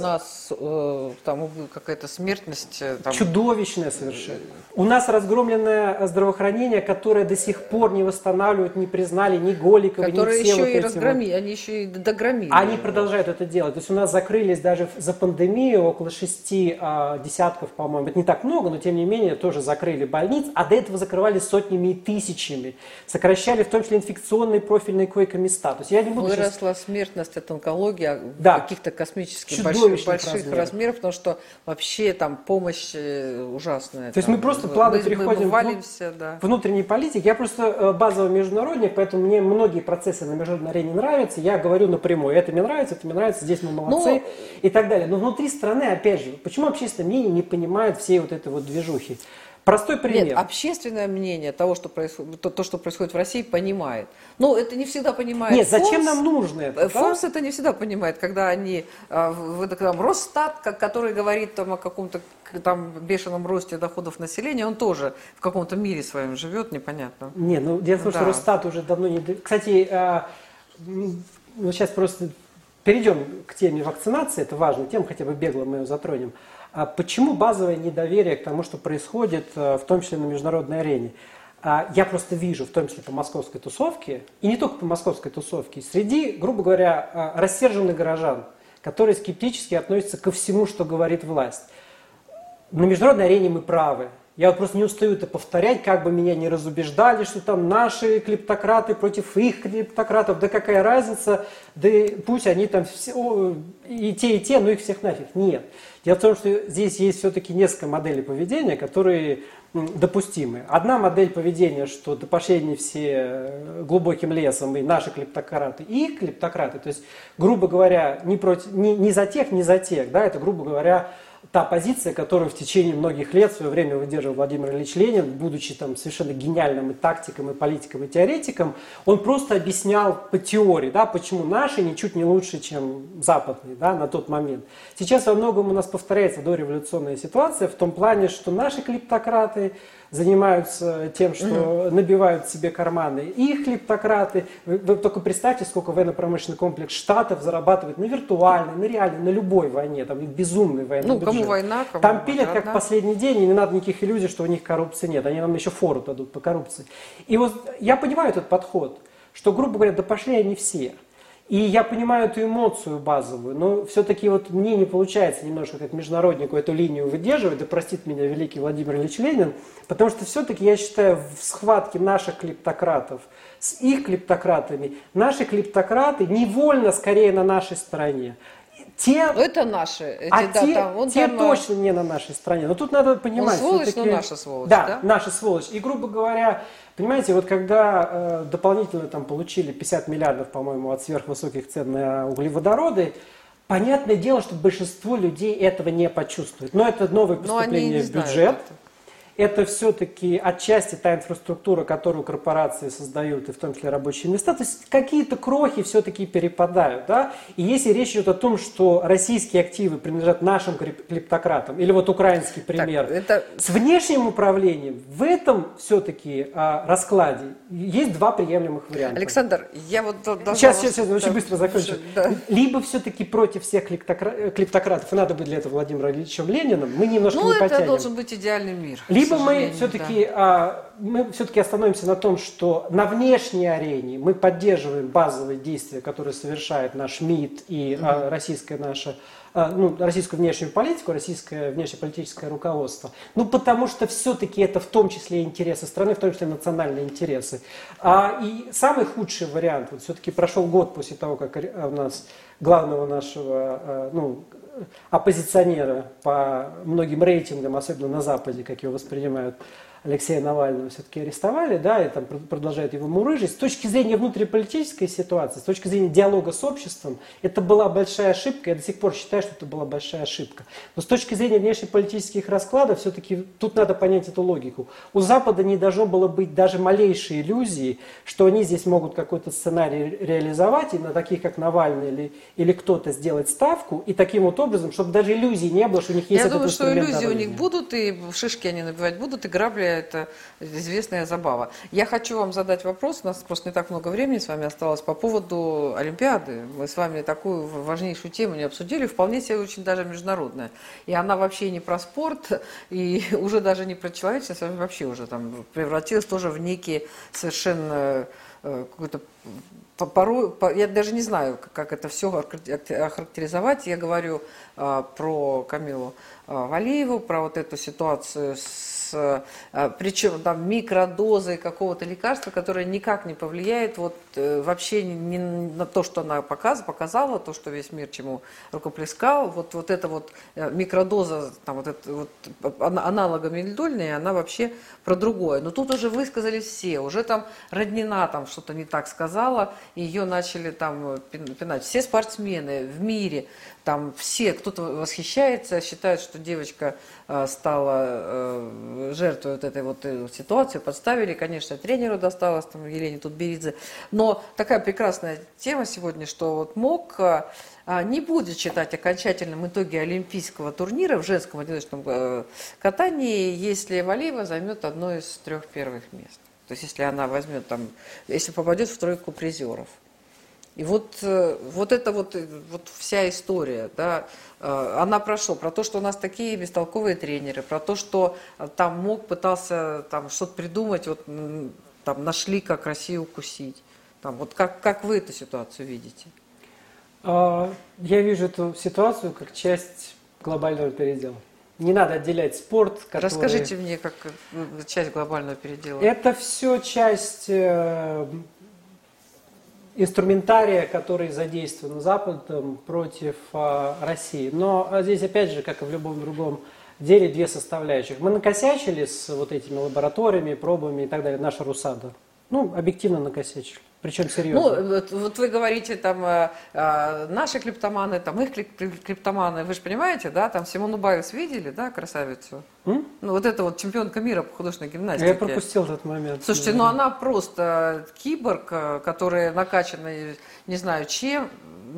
там какая-то смертность. Там... Чудовищная совершенно. У нас разгромленное здравоохранение, которое до сих пор не восстанавливают, не признали ни Голикова, ни все еще вот и эти разгромили, они еще и догромили. Они продолжают это делать. То есть у нас закрылись даже за пандемию около 6 десятков, по-моему. Это не так много, но тем не менее тоже закрыли больниц, а до этого закрывали сотнями и тысячами. Сокращали в том числе инфекционные профильные койко-места. То есть я не буду Выросла смертность от онкологии каких-то космических больших размеров, потому что вообще там помощь ужасная. То есть мы просто плавно переходим к внутренней политике. Я просто базовый международник, поэтому мне многие процессы на международной арене нравятся. Я говорю напрямую, это мне нравится, здесь мы молодцы и так далее. Но внутри страны, опять же, почему общественное мнение не понимает всей вот этой вот движухи? Простой пример. Нет, общественное мнение того, что происходит, то, что происходит в России, понимает. Но это не всегда понимает. Нет, зачем нам нужно это? ФОМС это не всегда понимает, когда они, там, Росстат, который говорит там, о каком-то там бешеном росте доходов населения, он тоже в каком-то мире своем живет, непонятно. Не, ну дело в том, что Росстат уже давно не... Кстати, ну, сейчас просто перейдем к теме вакцинации, это важная тема, хотя бы бегло мы ее затронем. Почему базовое недоверие к тому, что происходит, в том числе на международной арене? Я просто вижу, в том числе по московской тусовке, и не только по московской тусовке, среди, грубо говоря, рассерженных горожан, которые скептически относятся ко всему, что говорит власть. На международной арене мы правы. Я вот просто не устаю это повторять, как бы меня не разубеждали, что там наши клептократы против их клептократов, да какая разница, да пусть они там все, и те, но их всех нафиг. Нет. Дело в том, что здесь есть все-таки несколько моделей поведения, которые допустимы. Одна модель поведения, что да пошли они все глубоким лесом, и наши клептократы, и их клептократы. То есть, грубо говоря, не за тех, да, это, грубо говоря, та позиция, которую в течение многих лет в свое время выдерживал Владимир Ильич Ленин, будучи там совершенно гениальным и тактиком, и политиком, и теоретиком, он просто объяснял по теории, да, почему наши ничуть не лучше, чем западные, да, на тот момент. Сейчас во многом у нас повторяется дореволюционная ситуация в том плане, что наши клептократы занимаются тем, что набивают себе карманы. И их клептократы, вы только представьте, сколько военно-промышленный комплекс Штатов зарабатывает на виртуальной, на реальной, на любой войне, там безумной военной бюджет. Кому война, кому там пилят как в последний день, и не надо никаких иллюзий, что у них коррупции нет. Они нам еще фору дадут по коррупции. И вот я понимаю этот подход, что, грубо говоря, да пошли они все. И я понимаю эту эмоцию базовую, но все-таки вот мне не получается немножко как международнику эту линию выдерживать, да простит меня великий Владимир Ильич Ленин, потому что все-таки я считаю в схватке наших клептократов с их клептократами, наши клептократы невольно скорее на нашей стороне. Это наши. Те точно не на нашей стороне. Но тут надо понимать. Сволочь, но наша сволочь. Да, наша сволочь. И, грубо говоря, понимаете, вот когда дополнительно там получили 50 миллиардов, по-моему, от сверхвысоких цен на углеводороды, понятное дело, что большинство людей этого не почувствует. Но это новое поступление в бюджет. Это все-таки отчасти та инфраструктура, которую корпорации создают, и в том числе рабочие места. То есть какие-то крохи все-таки перепадают. Да? И если речь идет о том, что российские активы принадлежат нашим клептократам, или вот украинский пример, с внешним управлением, в этом все-таки раскладе есть два приемлемых варианта. Александр, я вот... Сейчас, очень быстро закончу. Да. Либо все-таки против всех клептократов, и надо быть для этого Владимиром Ильичем Лениным, мы немножко не потянем. Это должен быть идеальный мир. Либо мы все-таки остановимся на том, что на внешней арене мы поддерживаем базовые действия, которые совершает наш МИД и российская наша российскую внешнюю политику, российское внешнеполитическое руководство. Потому что все-таки это в том числе интересы страны, в том числе национальные интересы. И самый худший вариант, вот все-таки прошел год после того, как у нас главного нашего оппозиционера по многим рейтингам, особенно на Западе, как его воспринимают, Алексея Навального все-таки арестовали, да, и там продолжают его мурыжить. С точки зрения внутриполитической ситуации, с точки зрения диалога с обществом, это была большая ошибка. Я до сих пор считаю, что это была большая ошибка. Но с точки зрения внешнеполитических раскладов, все-таки тут надо понять эту логику. У Запада не должно было быть даже малейшей иллюзии, что они здесь могут какой-то сценарий реализовать, и на таких, как Навальный или кто-то сделать ставку, и таким вот образом, чтобы даже иллюзий не было, что у них есть этот инструмент. Я думаю, что иллюзии у них будут, и шишки они набивать будут, и грабли — это известная забава. Я хочу вам задать вопрос, у нас просто не так много времени с вами осталось, по поводу Олимпиады. Мы с вами такую важнейшую тему не обсудили, вполне себе очень даже международная. И она вообще не про спорт, и уже даже не про человечность, а вообще уже там превратилась тоже в некий совершенно какой-то порой, я даже не знаю, как это все охарактеризовать. Я говорю про Камилу Валиеву, про вот эту ситуацию причем там микродозой какого-то лекарства, которое никак не повлияет вообще не на то, что она показала, то, что весь мир чему рукоплескал. Вот эта вот микродоза, там, аналога мельдольной, она вообще про другое. Но тут уже высказались все, уже там Роднина там что-то не так сказала, ее начали там пинать. Все спортсмены в мире, там все, кто-то восхищается, считает, что девочка стала жертвой вот этой вот ситуации, подставили, конечно, тренеру досталось, там, Елене Тутберидзе. Но такая прекрасная тема сегодня, что вот МОК не будет считать окончательным итоги олимпийского турнира в женском одиночном катании, если Валиева займет одно из 3 первых мест. То есть если она возьмет там, если попадет в тройку призеров. И вот это вся история, да, она про то, что у нас такие бестолковые тренеры, про то, что там МОК пытался там что-то придумать, там нашли, как Россию укусить. Там, как вы эту ситуацию видите? Я вижу эту ситуацию как часть глобального передела. Не надо отделять спорт, который... Расскажите мне, как часть глобального передела. Это все часть инструментария, который задействован Западом против России. Но здесь, опять же, как и в любом другом деле, две составляющих. Мы накосячили с вот этими лабораториями, пробами и так далее, наша РУСАДА. Объективно накосячили. Причем серьезно. Вот вы говорите, там, наши клептоманы, там, их клептоманы, вы же понимаете, да, там Симону Байес видели, да, красавицу? Вот это вот чемпионка мира по художественной гимнастике. Я пропустил этот момент. Слушайте, она просто киборг, которая накачана, не знаю чем,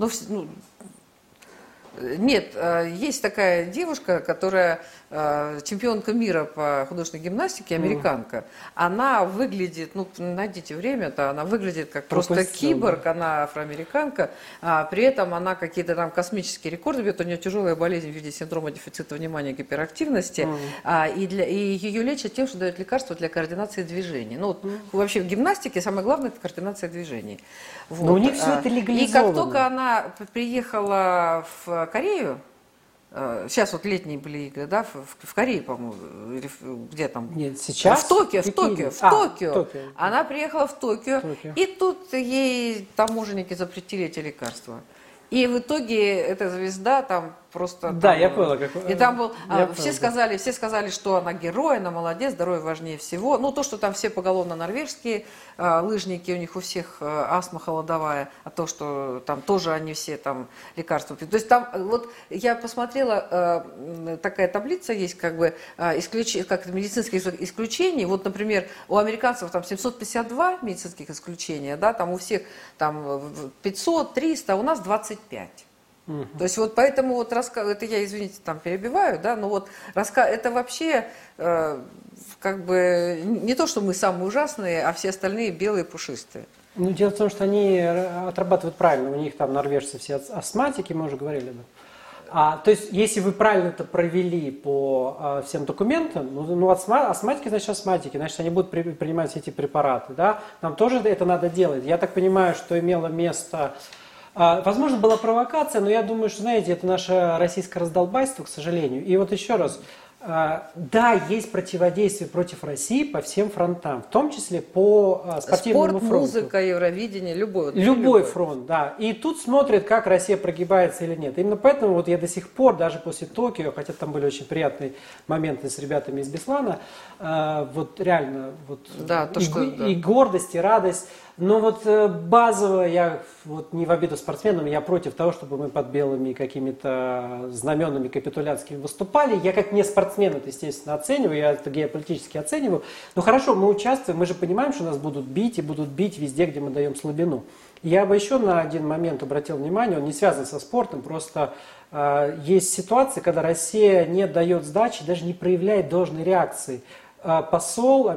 нет, есть такая девушка, которая чемпионка мира по художественной гимнастике, американка. Она выглядит, найдите время-то, она выглядит как просто киборг, она афроамериканка, при этом она какие-то там космические рекорды бьет, у нее тяжелая болезнь в виде синдрома дефицита внимания и гиперактивности, и ее лечат тем, что дают лекарства для координации движений. Вообще в гимнастике самое главное – это координация движений. Но у них все это легализовано. И как только она приехала в Корею, сейчас вот летние были игры, да, в Корее, по-моему, или где там? Нет, сейчас? В Токио. Она приехала в Токио, и тут ей таможенники запретили эти лекарства. И в итоге эта звезда там просто... Да, я понял. И там был... Все сказали, что она герой, она молодец, здоровье важнее всего. То, что там все поголовно норвежские лыжники, у них у всех астма холодовая, а то, что там тоже они все там лекарства пьют. То есть там, я посмотрела, такая таблица есть, как медицинских исключений. Например, у американцев там 752 медицинских исключения, да, там у всех там 500, 300, а у нас 25. То есть поэтому это я, извините, там перебиваю, да, но это вообще не то, что мы самые ужасные, а все остальные белые пушистые. Дело в том, что они отрабатывают правильно, у них там норвежцы все астматики, мы уже говорили, да. То есть, если вы правильно это провели по всем документам, астматики, значит астматики, значит они будут принимать все эти препараты, да. Нам тоже это надо делать. Я так понимаю, что имело место Возможно, была провокация, но я думаю, что, знаете, это наше российское раздолбайство, к сожалению. И вот еще раз, да, есть противодействие против России по всем фронтам, в том числе по спортивному фронту. Музыка, Евровидение, любой. Любой фронт, да. И тут смотрят, как Россия прогибается или нет. Именно поэтому вот я до сих пор, даже после Токио, хотя там были очень приятные моменты с ребятами из Беслана, вот реально вот да, и гордость, и радость. Но вот базово я вот не в обиду спортсменам, я против того, чтобы мы под белыми какими-то знаменами капитулянскими выступали. Я как не спортсмен это, естественно, оцениваю, я это геополитически оцениваю. Но хорошо, мы участвуем, мы же понимаем, что нас будут бить и будут бить везде, где мы даем слабину. Я бы еще на один момент обратил внимание, он не связан со спортом, просто есть ситуации, когда Россия не дает сдачи, даже не проявляет должной реакции. Посол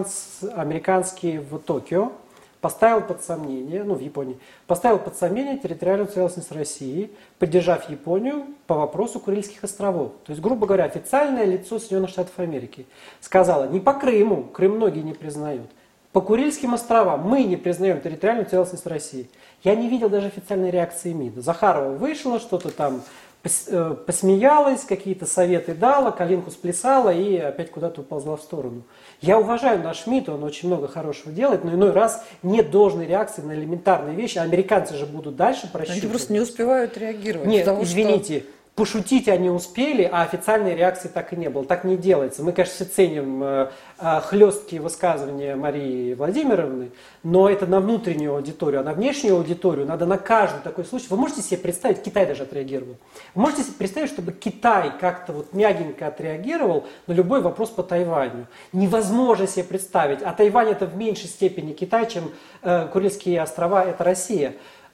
американский в Токио поставил под сомнение, в Японии, поставил под сомнение территориальную целостность России, поддержав Японию по вопросу Курильских островов. То есть, грубо говоря, официальное лицо Соединенных Штатов Америки сказала, не по Крыму, Крым многие не признают, по Курильским островам мы не признаем территориальную целостность России. Я не видел даже официальной реакции МИДа. Захарова вышла, что-то там посмеялась, какие-то советы дала, калинку сплясала и опять куда-то уползла в сторону. Я уважаю наш МИД, он очень много хорошего делает, но иной раз нет должной реакции на элементарные вещи. Американцы же будут дальше просчитывать. Они просто не успевают реагировать. Нет, извините. Пошутить они успели, а официальной реакции так и не было. Так не делается. Мы, конечно, все ценим хлесткие высказывания Марии Владимировны, но это на внутреннюю аудиторию. А на внешнюю аудиторию надо на каждый такой случай. Вы можете себе представить, Китай даже отреагировал. Вы можете себе представить, чтобы Китай как-то вот мягенько отреагировал на любой вопрос по Тайваню. Невозможно себе представить. А Тайвань это в меньшей степени Китай, чем Курильские острова это Россия.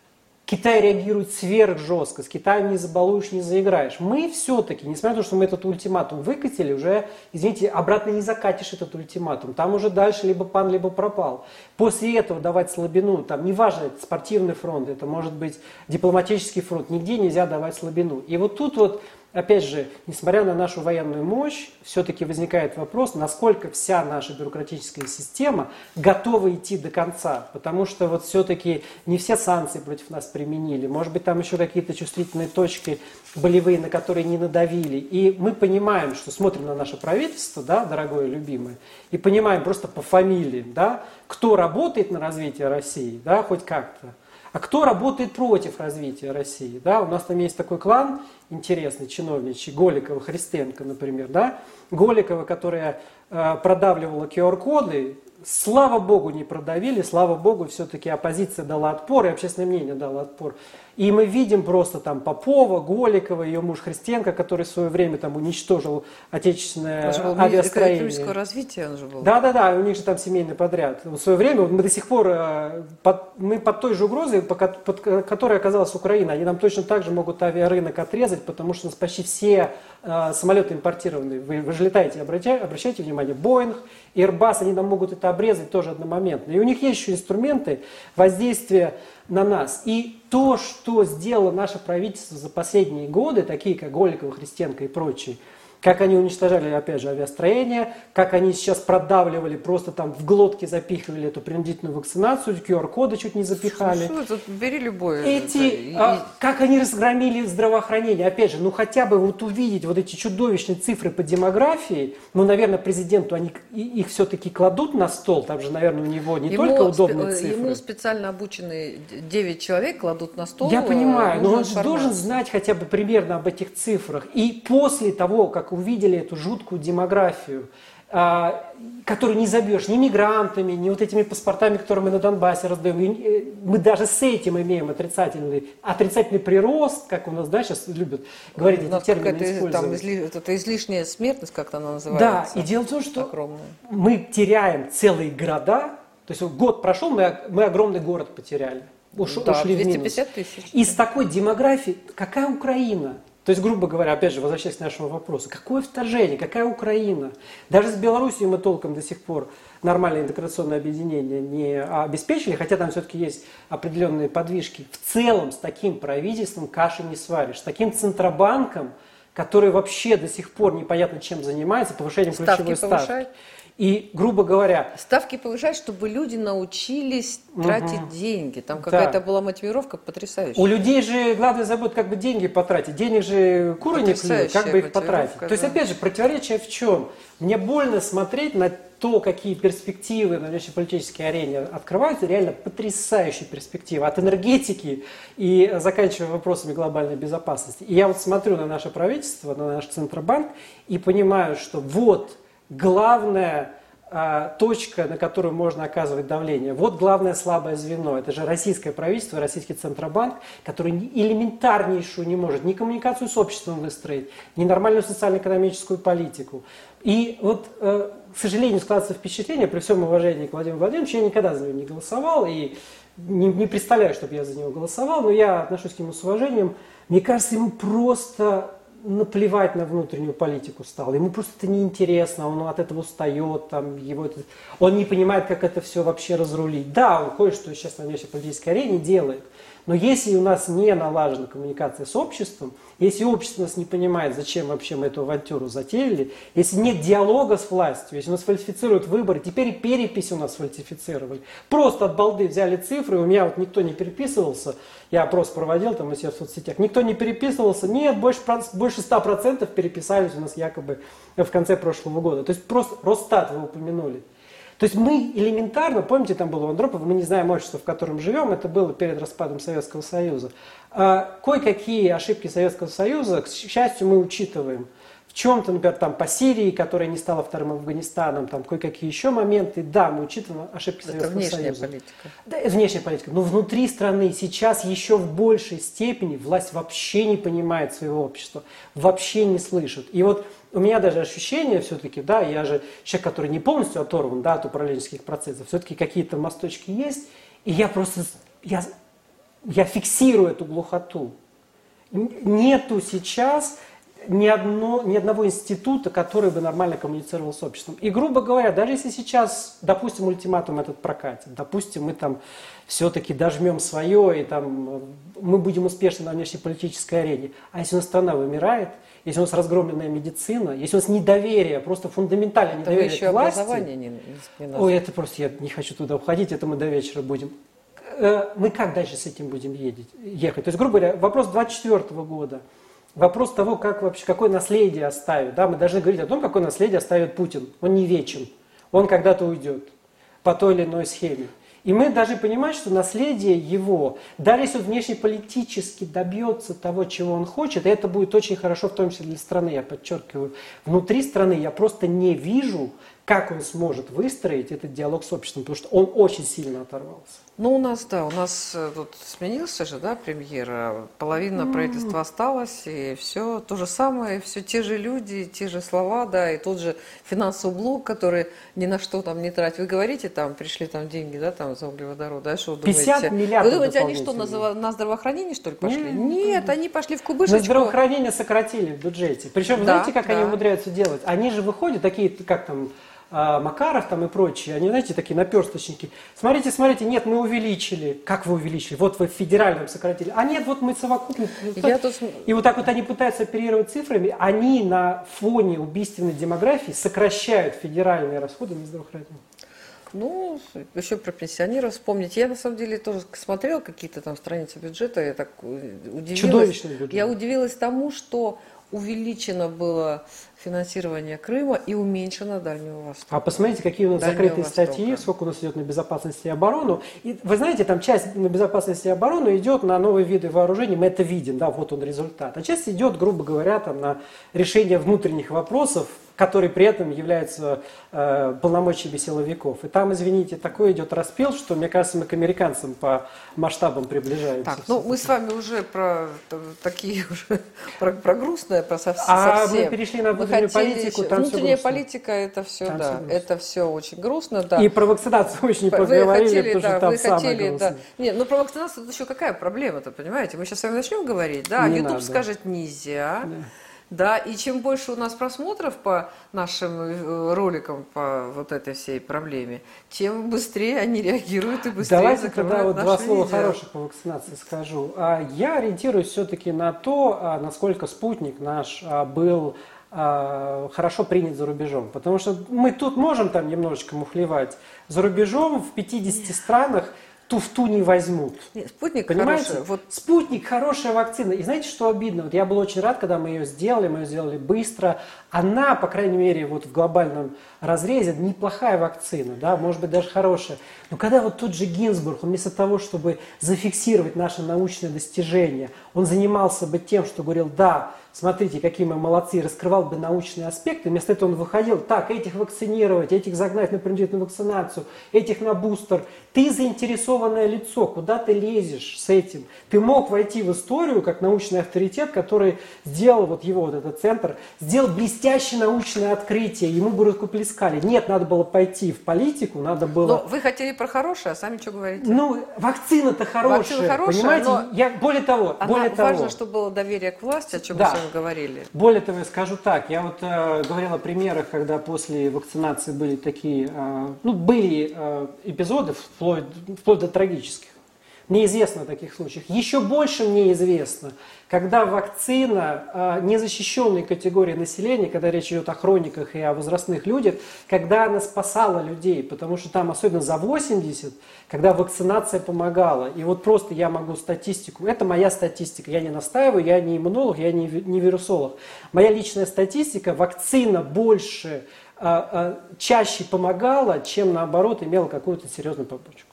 Китай реагирует сверхжестко, с Китаем не забалуешь, не заиграешь. Мы все-таки, несмотря на то, что мы этот ультиматум выкатили, уже, извините, обратно не закатишь этот ультиматум. Там уже дальше либо пан, либо пропал. После этого давать слабину, там неважно, это спортивный фронт, это может быть дипломатический фронт, нигде нельзя давать слабину. И вот тут вот, опять же, несмотря на нашу военную мощь, все-таки возникает вопрос, насколько вся наша бюрократическая система готова идти до конца. Потому что вот все-таки не все санкции против нас применили. Может быть, там еще какие-то чувствительные точки болевые, на которые не надавили. И мы понимаем, что смотрим на наше правительство, да, дорогое и любимое, и понимаем просто по фамилиям, да, кто работает на развитие России, да, хоть как-то. А кто работает против развития России? Да? У нас там есть такой клан интересный, чиновничий, Голикова, Христенко, например. Да? Голикова, которая продавливала QR-коды, слава богу, не продавили, слава богу, все-таки оппозиция дала отпор, и общественное мнение дало отпор. И мы видим просто там Попова, Голикова, ее муж Христенко, который в свое время там уничтожил отечественное авиастроение. Экономического развития он же был. Да, у них же там семейный подряд. В свое время мы до сих пор, мы под той же угрозой, под которой оказалась Украина. Они нам точно так же могут авиарынок отрезать, потому что у нас почти все самолеты импортированные. Вы же летаете, обращайте внимание, Боинг, Airbus, они нам могут это обрезать тоже одномоментно. И у них есть еще инструменты воздействия на нас. И то, что сделало наше правительство за последние годы, такие как Голикова, Христенко и прочие, как они уничтожали, опять же, авиастроение, как они сейчас продавливали, просто там в глотки запихивали эту принудительную вакцинацию, QR-коды чуть не запихали. Что, бери любое. Как они разгромили здравоохранение. Опять же, хотя бы вот увидеть вот эти чудовищные цифры по демографии, наверное, президенту они их все-таки кладут на стол, там же, наверное, у него не только удобные цифры. Ему специально обученные 9 человек кладут на стол. Я понимаю, но он же должен знать хотя бы примерно об этих цифрах. И после того, как увидели эту жуткую демографию, которую не забьешь ни мигрантами, ни вот этими паспортами, которые мы на Донбассе раздаем. Мы даже с этим имеем отрицательный прирост, как у нас, да, сейчас любят говорить эти термины использовать. Это излишняя смертность, как она называется. Да, и дело в том, что огромная. Мы теряем целые города, то есть год прошел, мы огромный город потеряли. Ушли 250 тысяч. И с такой демографией, какая Украина? То есть, грубо говоря, опять же, возвращаясь к нашему вопросу, какое вторжение, какая Украина? Даже с Белоруссией мы толком до сих пор нормальное интеграционное объединение не обеспечили, хотя там все-таки есть определенные подвижки. В целом с таким правительством каши не сваришь, с таким Центробанком, который вообще до сих пор непонятно чем занимается, повышением ключевой ставки. Повышает. И, грубо говоря... Ставки повышать, чтобы люди научились тратить деньги. Там какая-то была мотивировка потрясающая. У людей же главное забота как бы деньги потратить. Денег же куры не клюют, как бы их потратить. Да. То есть, опять же, противоречие в чем? Мне больно смотреть на то, какие перспективы на внешнеполитической арене открываются. Реально потрясающие перспективы. От энергетики и заканчивая вопросами глобальной безопасности. И я вот смотрю на наше правительство, на наш Центробанк и понимаю, что вот главная точка, на которую можно оказывать давление. Вот главное слабое звено. Это же российское правительство, российский Центробанк, который элементарнейшую не может ни коммуникацию с обществом выстроить, ни нормальную социально-экономическую политику. И вот, к сожалению, складывается впечатление, при всем уважении к Владимиру Владимировичу, я никогда за него не голосовал и не представляю, чтобы я за него голосовал, но я отношусь к нему с уважением. Мне кажется, ему просто наплевать на внутреннюю политику стало. Ему просто это неинтересно, он от этого устает, он не понимает, как это все вообще разрулить. Да, он кое-что сейчас на внешнеполитической арене делает, но если у нас не налажена коммуникация с обществом, если общество нас не понимает, зачем вообще мы эту авантюру затеяли, если нет диалога с властью, если у нас фальсифицируют выборы, теперь и перепись у нас фальсифицировали. Просто от балды взяли цифры, у меня вот никто не переписывался, я опрос проводил там у себя в соцсетях, никто не переписывался, нет, больше 100% переписались у нас якобы в конце прошлого года. То есть просто Росстат вы упомянули. То есть мы элементарно, помните, там было у Андропова, мы не знаем общество, в котором живем, это было перед распадом Советского Союза. Кое-какие ошибки Советского Союза, к счастью, мы учитываем. В чем-то, например, там по Сирии, которая не стала вторым Афганистаном, там кое-какие еще моменты, да, мы учитываем ошибки Советского Союза. Это внешняя политика. Да, это внешняя политика. Но внутри страны сейчас еще в большей степени власть вообще не понимает своего общества, вообще не слышит. И вот у меня даже ощущение все-таки, да, я же человек, который не полностью оторван, да, от управленческих процессов, все-таки какие-то мосточки есть, и я просто, я фиксирую эту глухоту. Нету сейчас ни одного института, который бы нормально коммуницировал с обществом. И, грубо говоря, даже если сейчас, допустим, ультиматум этот прокатит, допустим, мы там все-таки дожмем свое, и там мы будем успешны на внешнеполитической арене, а если у нас страна вымирает, если у нас разгромленная медицина, если у нас недоверие, просто фундаментальное недоверие еще к власти. Образование не Ой, это просто, я не хочу туда уходить, это мы до вечера будем. Мы как дальше с этим будем ехать? То есть, грубо говоря, вопрос 2024 года. Вопрос того, как вообще, какое наследие оставит. Да, мы должны говорить о том, какое наследие оставит Путин. Он не вечен. Он когда-то уйдет по той или иной схеме. И мы должны понимать, что наследие его, даже если он внешнеполитически добьется того, чего он хочет, и это будет очень хорошо, в том числе для страны, я подчеркиваю, внутри страны я просто не вижу, как он сможет выстроить этот диалог с обществом, потому что он очень сильно оторвался. Ну, у нас тут сменился же, да, премьер, половина правительства осталась, и все то же самое, все те же люди, те же слова, да, и тот же финансовый блок, который ни на что там не тратит. Вы говорите, там, пришли там деньги, да, там, за углеводород, да, что вы думаете? 50 миллиардов Вы думаете, они что, на здравоохранение, что ли, пошли? Нет, они пошли в кубышечку. На здравоохранение сократили в бюджете. Причем, вы знаете, как они умудряются делать? Они же выходят, такие, как там, Макаров там и прочие, они, знаете, такие наперсточники. Смотрите, нет, мы увеличили. Как вы увеличили? Вот вы в федеральном сократили. А нет, вот мы совокупно. И вот так вот они пытаются оперировать цифрами. Они на фоне убийственной демографии сокращают федеральные расходы на здравоохранение. Ну, еще про пенсионеров вспомнить. Я, на самом деле, тоже смотрела какие-то там страницы бюджета, я так удивилась. Чудовищный бюджет. Я удивилась тому, что увеличено было финансирование Крыма и уменьшено Дальнего Востока. А посмотрите, какие у нас закрытые статьи, сколько у нас идет на безопасность и оборону. И вы знаете, там часть на безопасность и оборону идет на новые виды вооружений, мы это видим, да, вот он результат. А часть идет, грубо говоря, там, на решение внутренних вопросов, которые при этом являются полномочиями силовиков. И там, извините, такой идет распил, что, мне кажется, мы к американцам по масштабам приближаемся. Так, ну мы с вами уже про такие уже про грустное, про совсем. А мы перешли на внутреннюю политику, там внутренняя политика, это все, там да, это все очень грустно, да. И про вакцинацию очень поговорили, потому что там самое грустное. Да. Нет, ну про вакцинацию это еще какая проблема-то, понимаете? Мы сейчас с вами начнем говорить, да, YouTube скажет нельзя. Да. Да, и чем больше у нас просмотров по нашим роликам по вот этой всей проблеме, тем быстрее они реагируют и быстрее Давайте закрывают тогда вот наши два слова видео. хороших по вакцинации скажу. Я ориентируюсь все-таки на то, насколько спутник наш был хорошо принят за рубежом. Потому что мы тут можем там немножечко мухлевать. За рубежом в 50 странах туфту не возьмут. Нет, спутник Понимаете? хороший. Вот Спутник – хорошая вакцина. И знаете, что обидно? Вот я был очень рад, когда мы ее сделали быстро. Она, по крайней мере, вот в глобальном разрезе неплохая вакцина, да, может быть, даже хорошая. Но когда вот тот же Гинзбург, он вместо того, чтобы зафиксировать наши научные достижения, он занимался бы тем, что говорил, да, смотрите, какие мы молодцы, раскрывал бы научные аспекты, вместо этого он выходил, так, этих вакцинировать, этих загнать на принудительную вакцинацию, этих на бустер. Ты заинтересованное лицо, куда ты лезешь с этим? Ты мог войти в историю как научный авторитет, который сделал вот его, вот этот центр, сделал блестящее научное открытие, ему бы рукоплескали. Нет, надо было пойти в политику, надо было... но вы хотели про хорошее, а сами что говорите? Ну, вакцина-то хорошая, Вакцина хорошая, понимаете? но Более того, важно, чтобы было доверие к власти, о чем мы Да. с вами говорили. Более того, я скажу так, я вот говорил о примерах, когда после вакцинации были такие, были эпизоды вплоть до трагических. Мне известно о таких случаях. Еще больше мне известно, когда вакцина незащищенной категории населения, когда речь идет о хрониках и о возрастных людях, когда она спасала людей, потому что там особенно за 80, когда вакцинация помогала. И вот просто я могу статистику, это моя статистика, я не настаиваю, я не иммунолог, я не вирусолог. Моя личная статистика, вакцина больше, чаще помогала, чем наоборот имела какую-то серьезную побочку.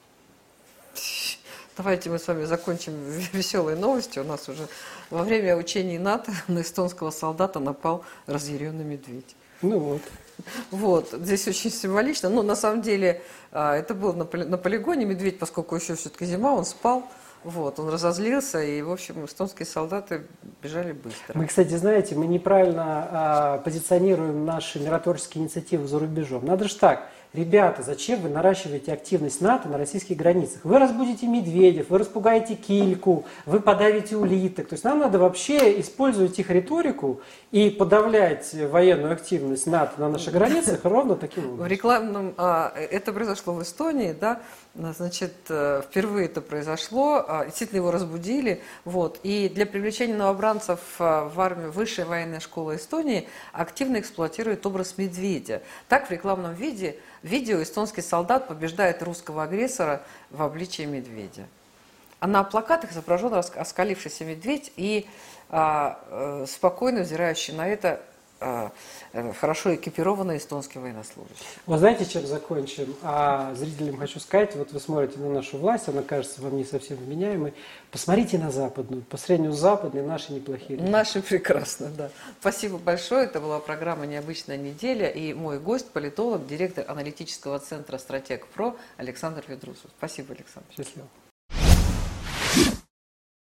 Давайте мы с вами закончим веселой новостью. У нас уже во время учений НАТО на эстонского солдата напал разъяренный медведь. Ну вот. Вот, здесь очень символично. Но на самом деле это было на полигоне. Медведь, поскольку еще все-таки зима, он спал. Вот, он разозлился, и, в общем, эстонские солдаты бежали быстро. Мы, кстати, знаете, мы неправильно позиционируем наши миротворческие инициативы за рубежом. Надо же так. Ребята, зачем вы наращиваете активность НАТО на российских границах? Вы разбудите медведев, вы распугаете кильку, вы подавите улиток. То есть нам надо вообще использовать их риторику и подавлять военную активность НАТО на наших границах ровно таким образом. В рекламном... это произошло в Эстонии, да, значит, впервые это произошло, действительно его разбудили, вот, и для привлечения новобранцев в армию Высшая военная школа Эстонии активно эксплуатирует образ медведя. Так в рекламном видео эстонский солдат побеждает русского агрессора в обличии медведя. А на плакатах изображен оскалившийся медведь и спокойно взирающий на это хорошо экипированный эстонский военнослужащий. Вы знаете, чем закончим? Зрителям хочу сказать, вот вы смотрите на нашу власть, она кажется вам не совсем вменяемой. Посмотрите на западную, по сравнению с западной, наши неплохие. Наши прекрасно, да. Спасибо большое. Это была программа «Необычная неделя». И мой гость, политолог, директор аналитического центра «Стратег.Про» Александр Ведрусов. Спасибо, Александр. Счастливо.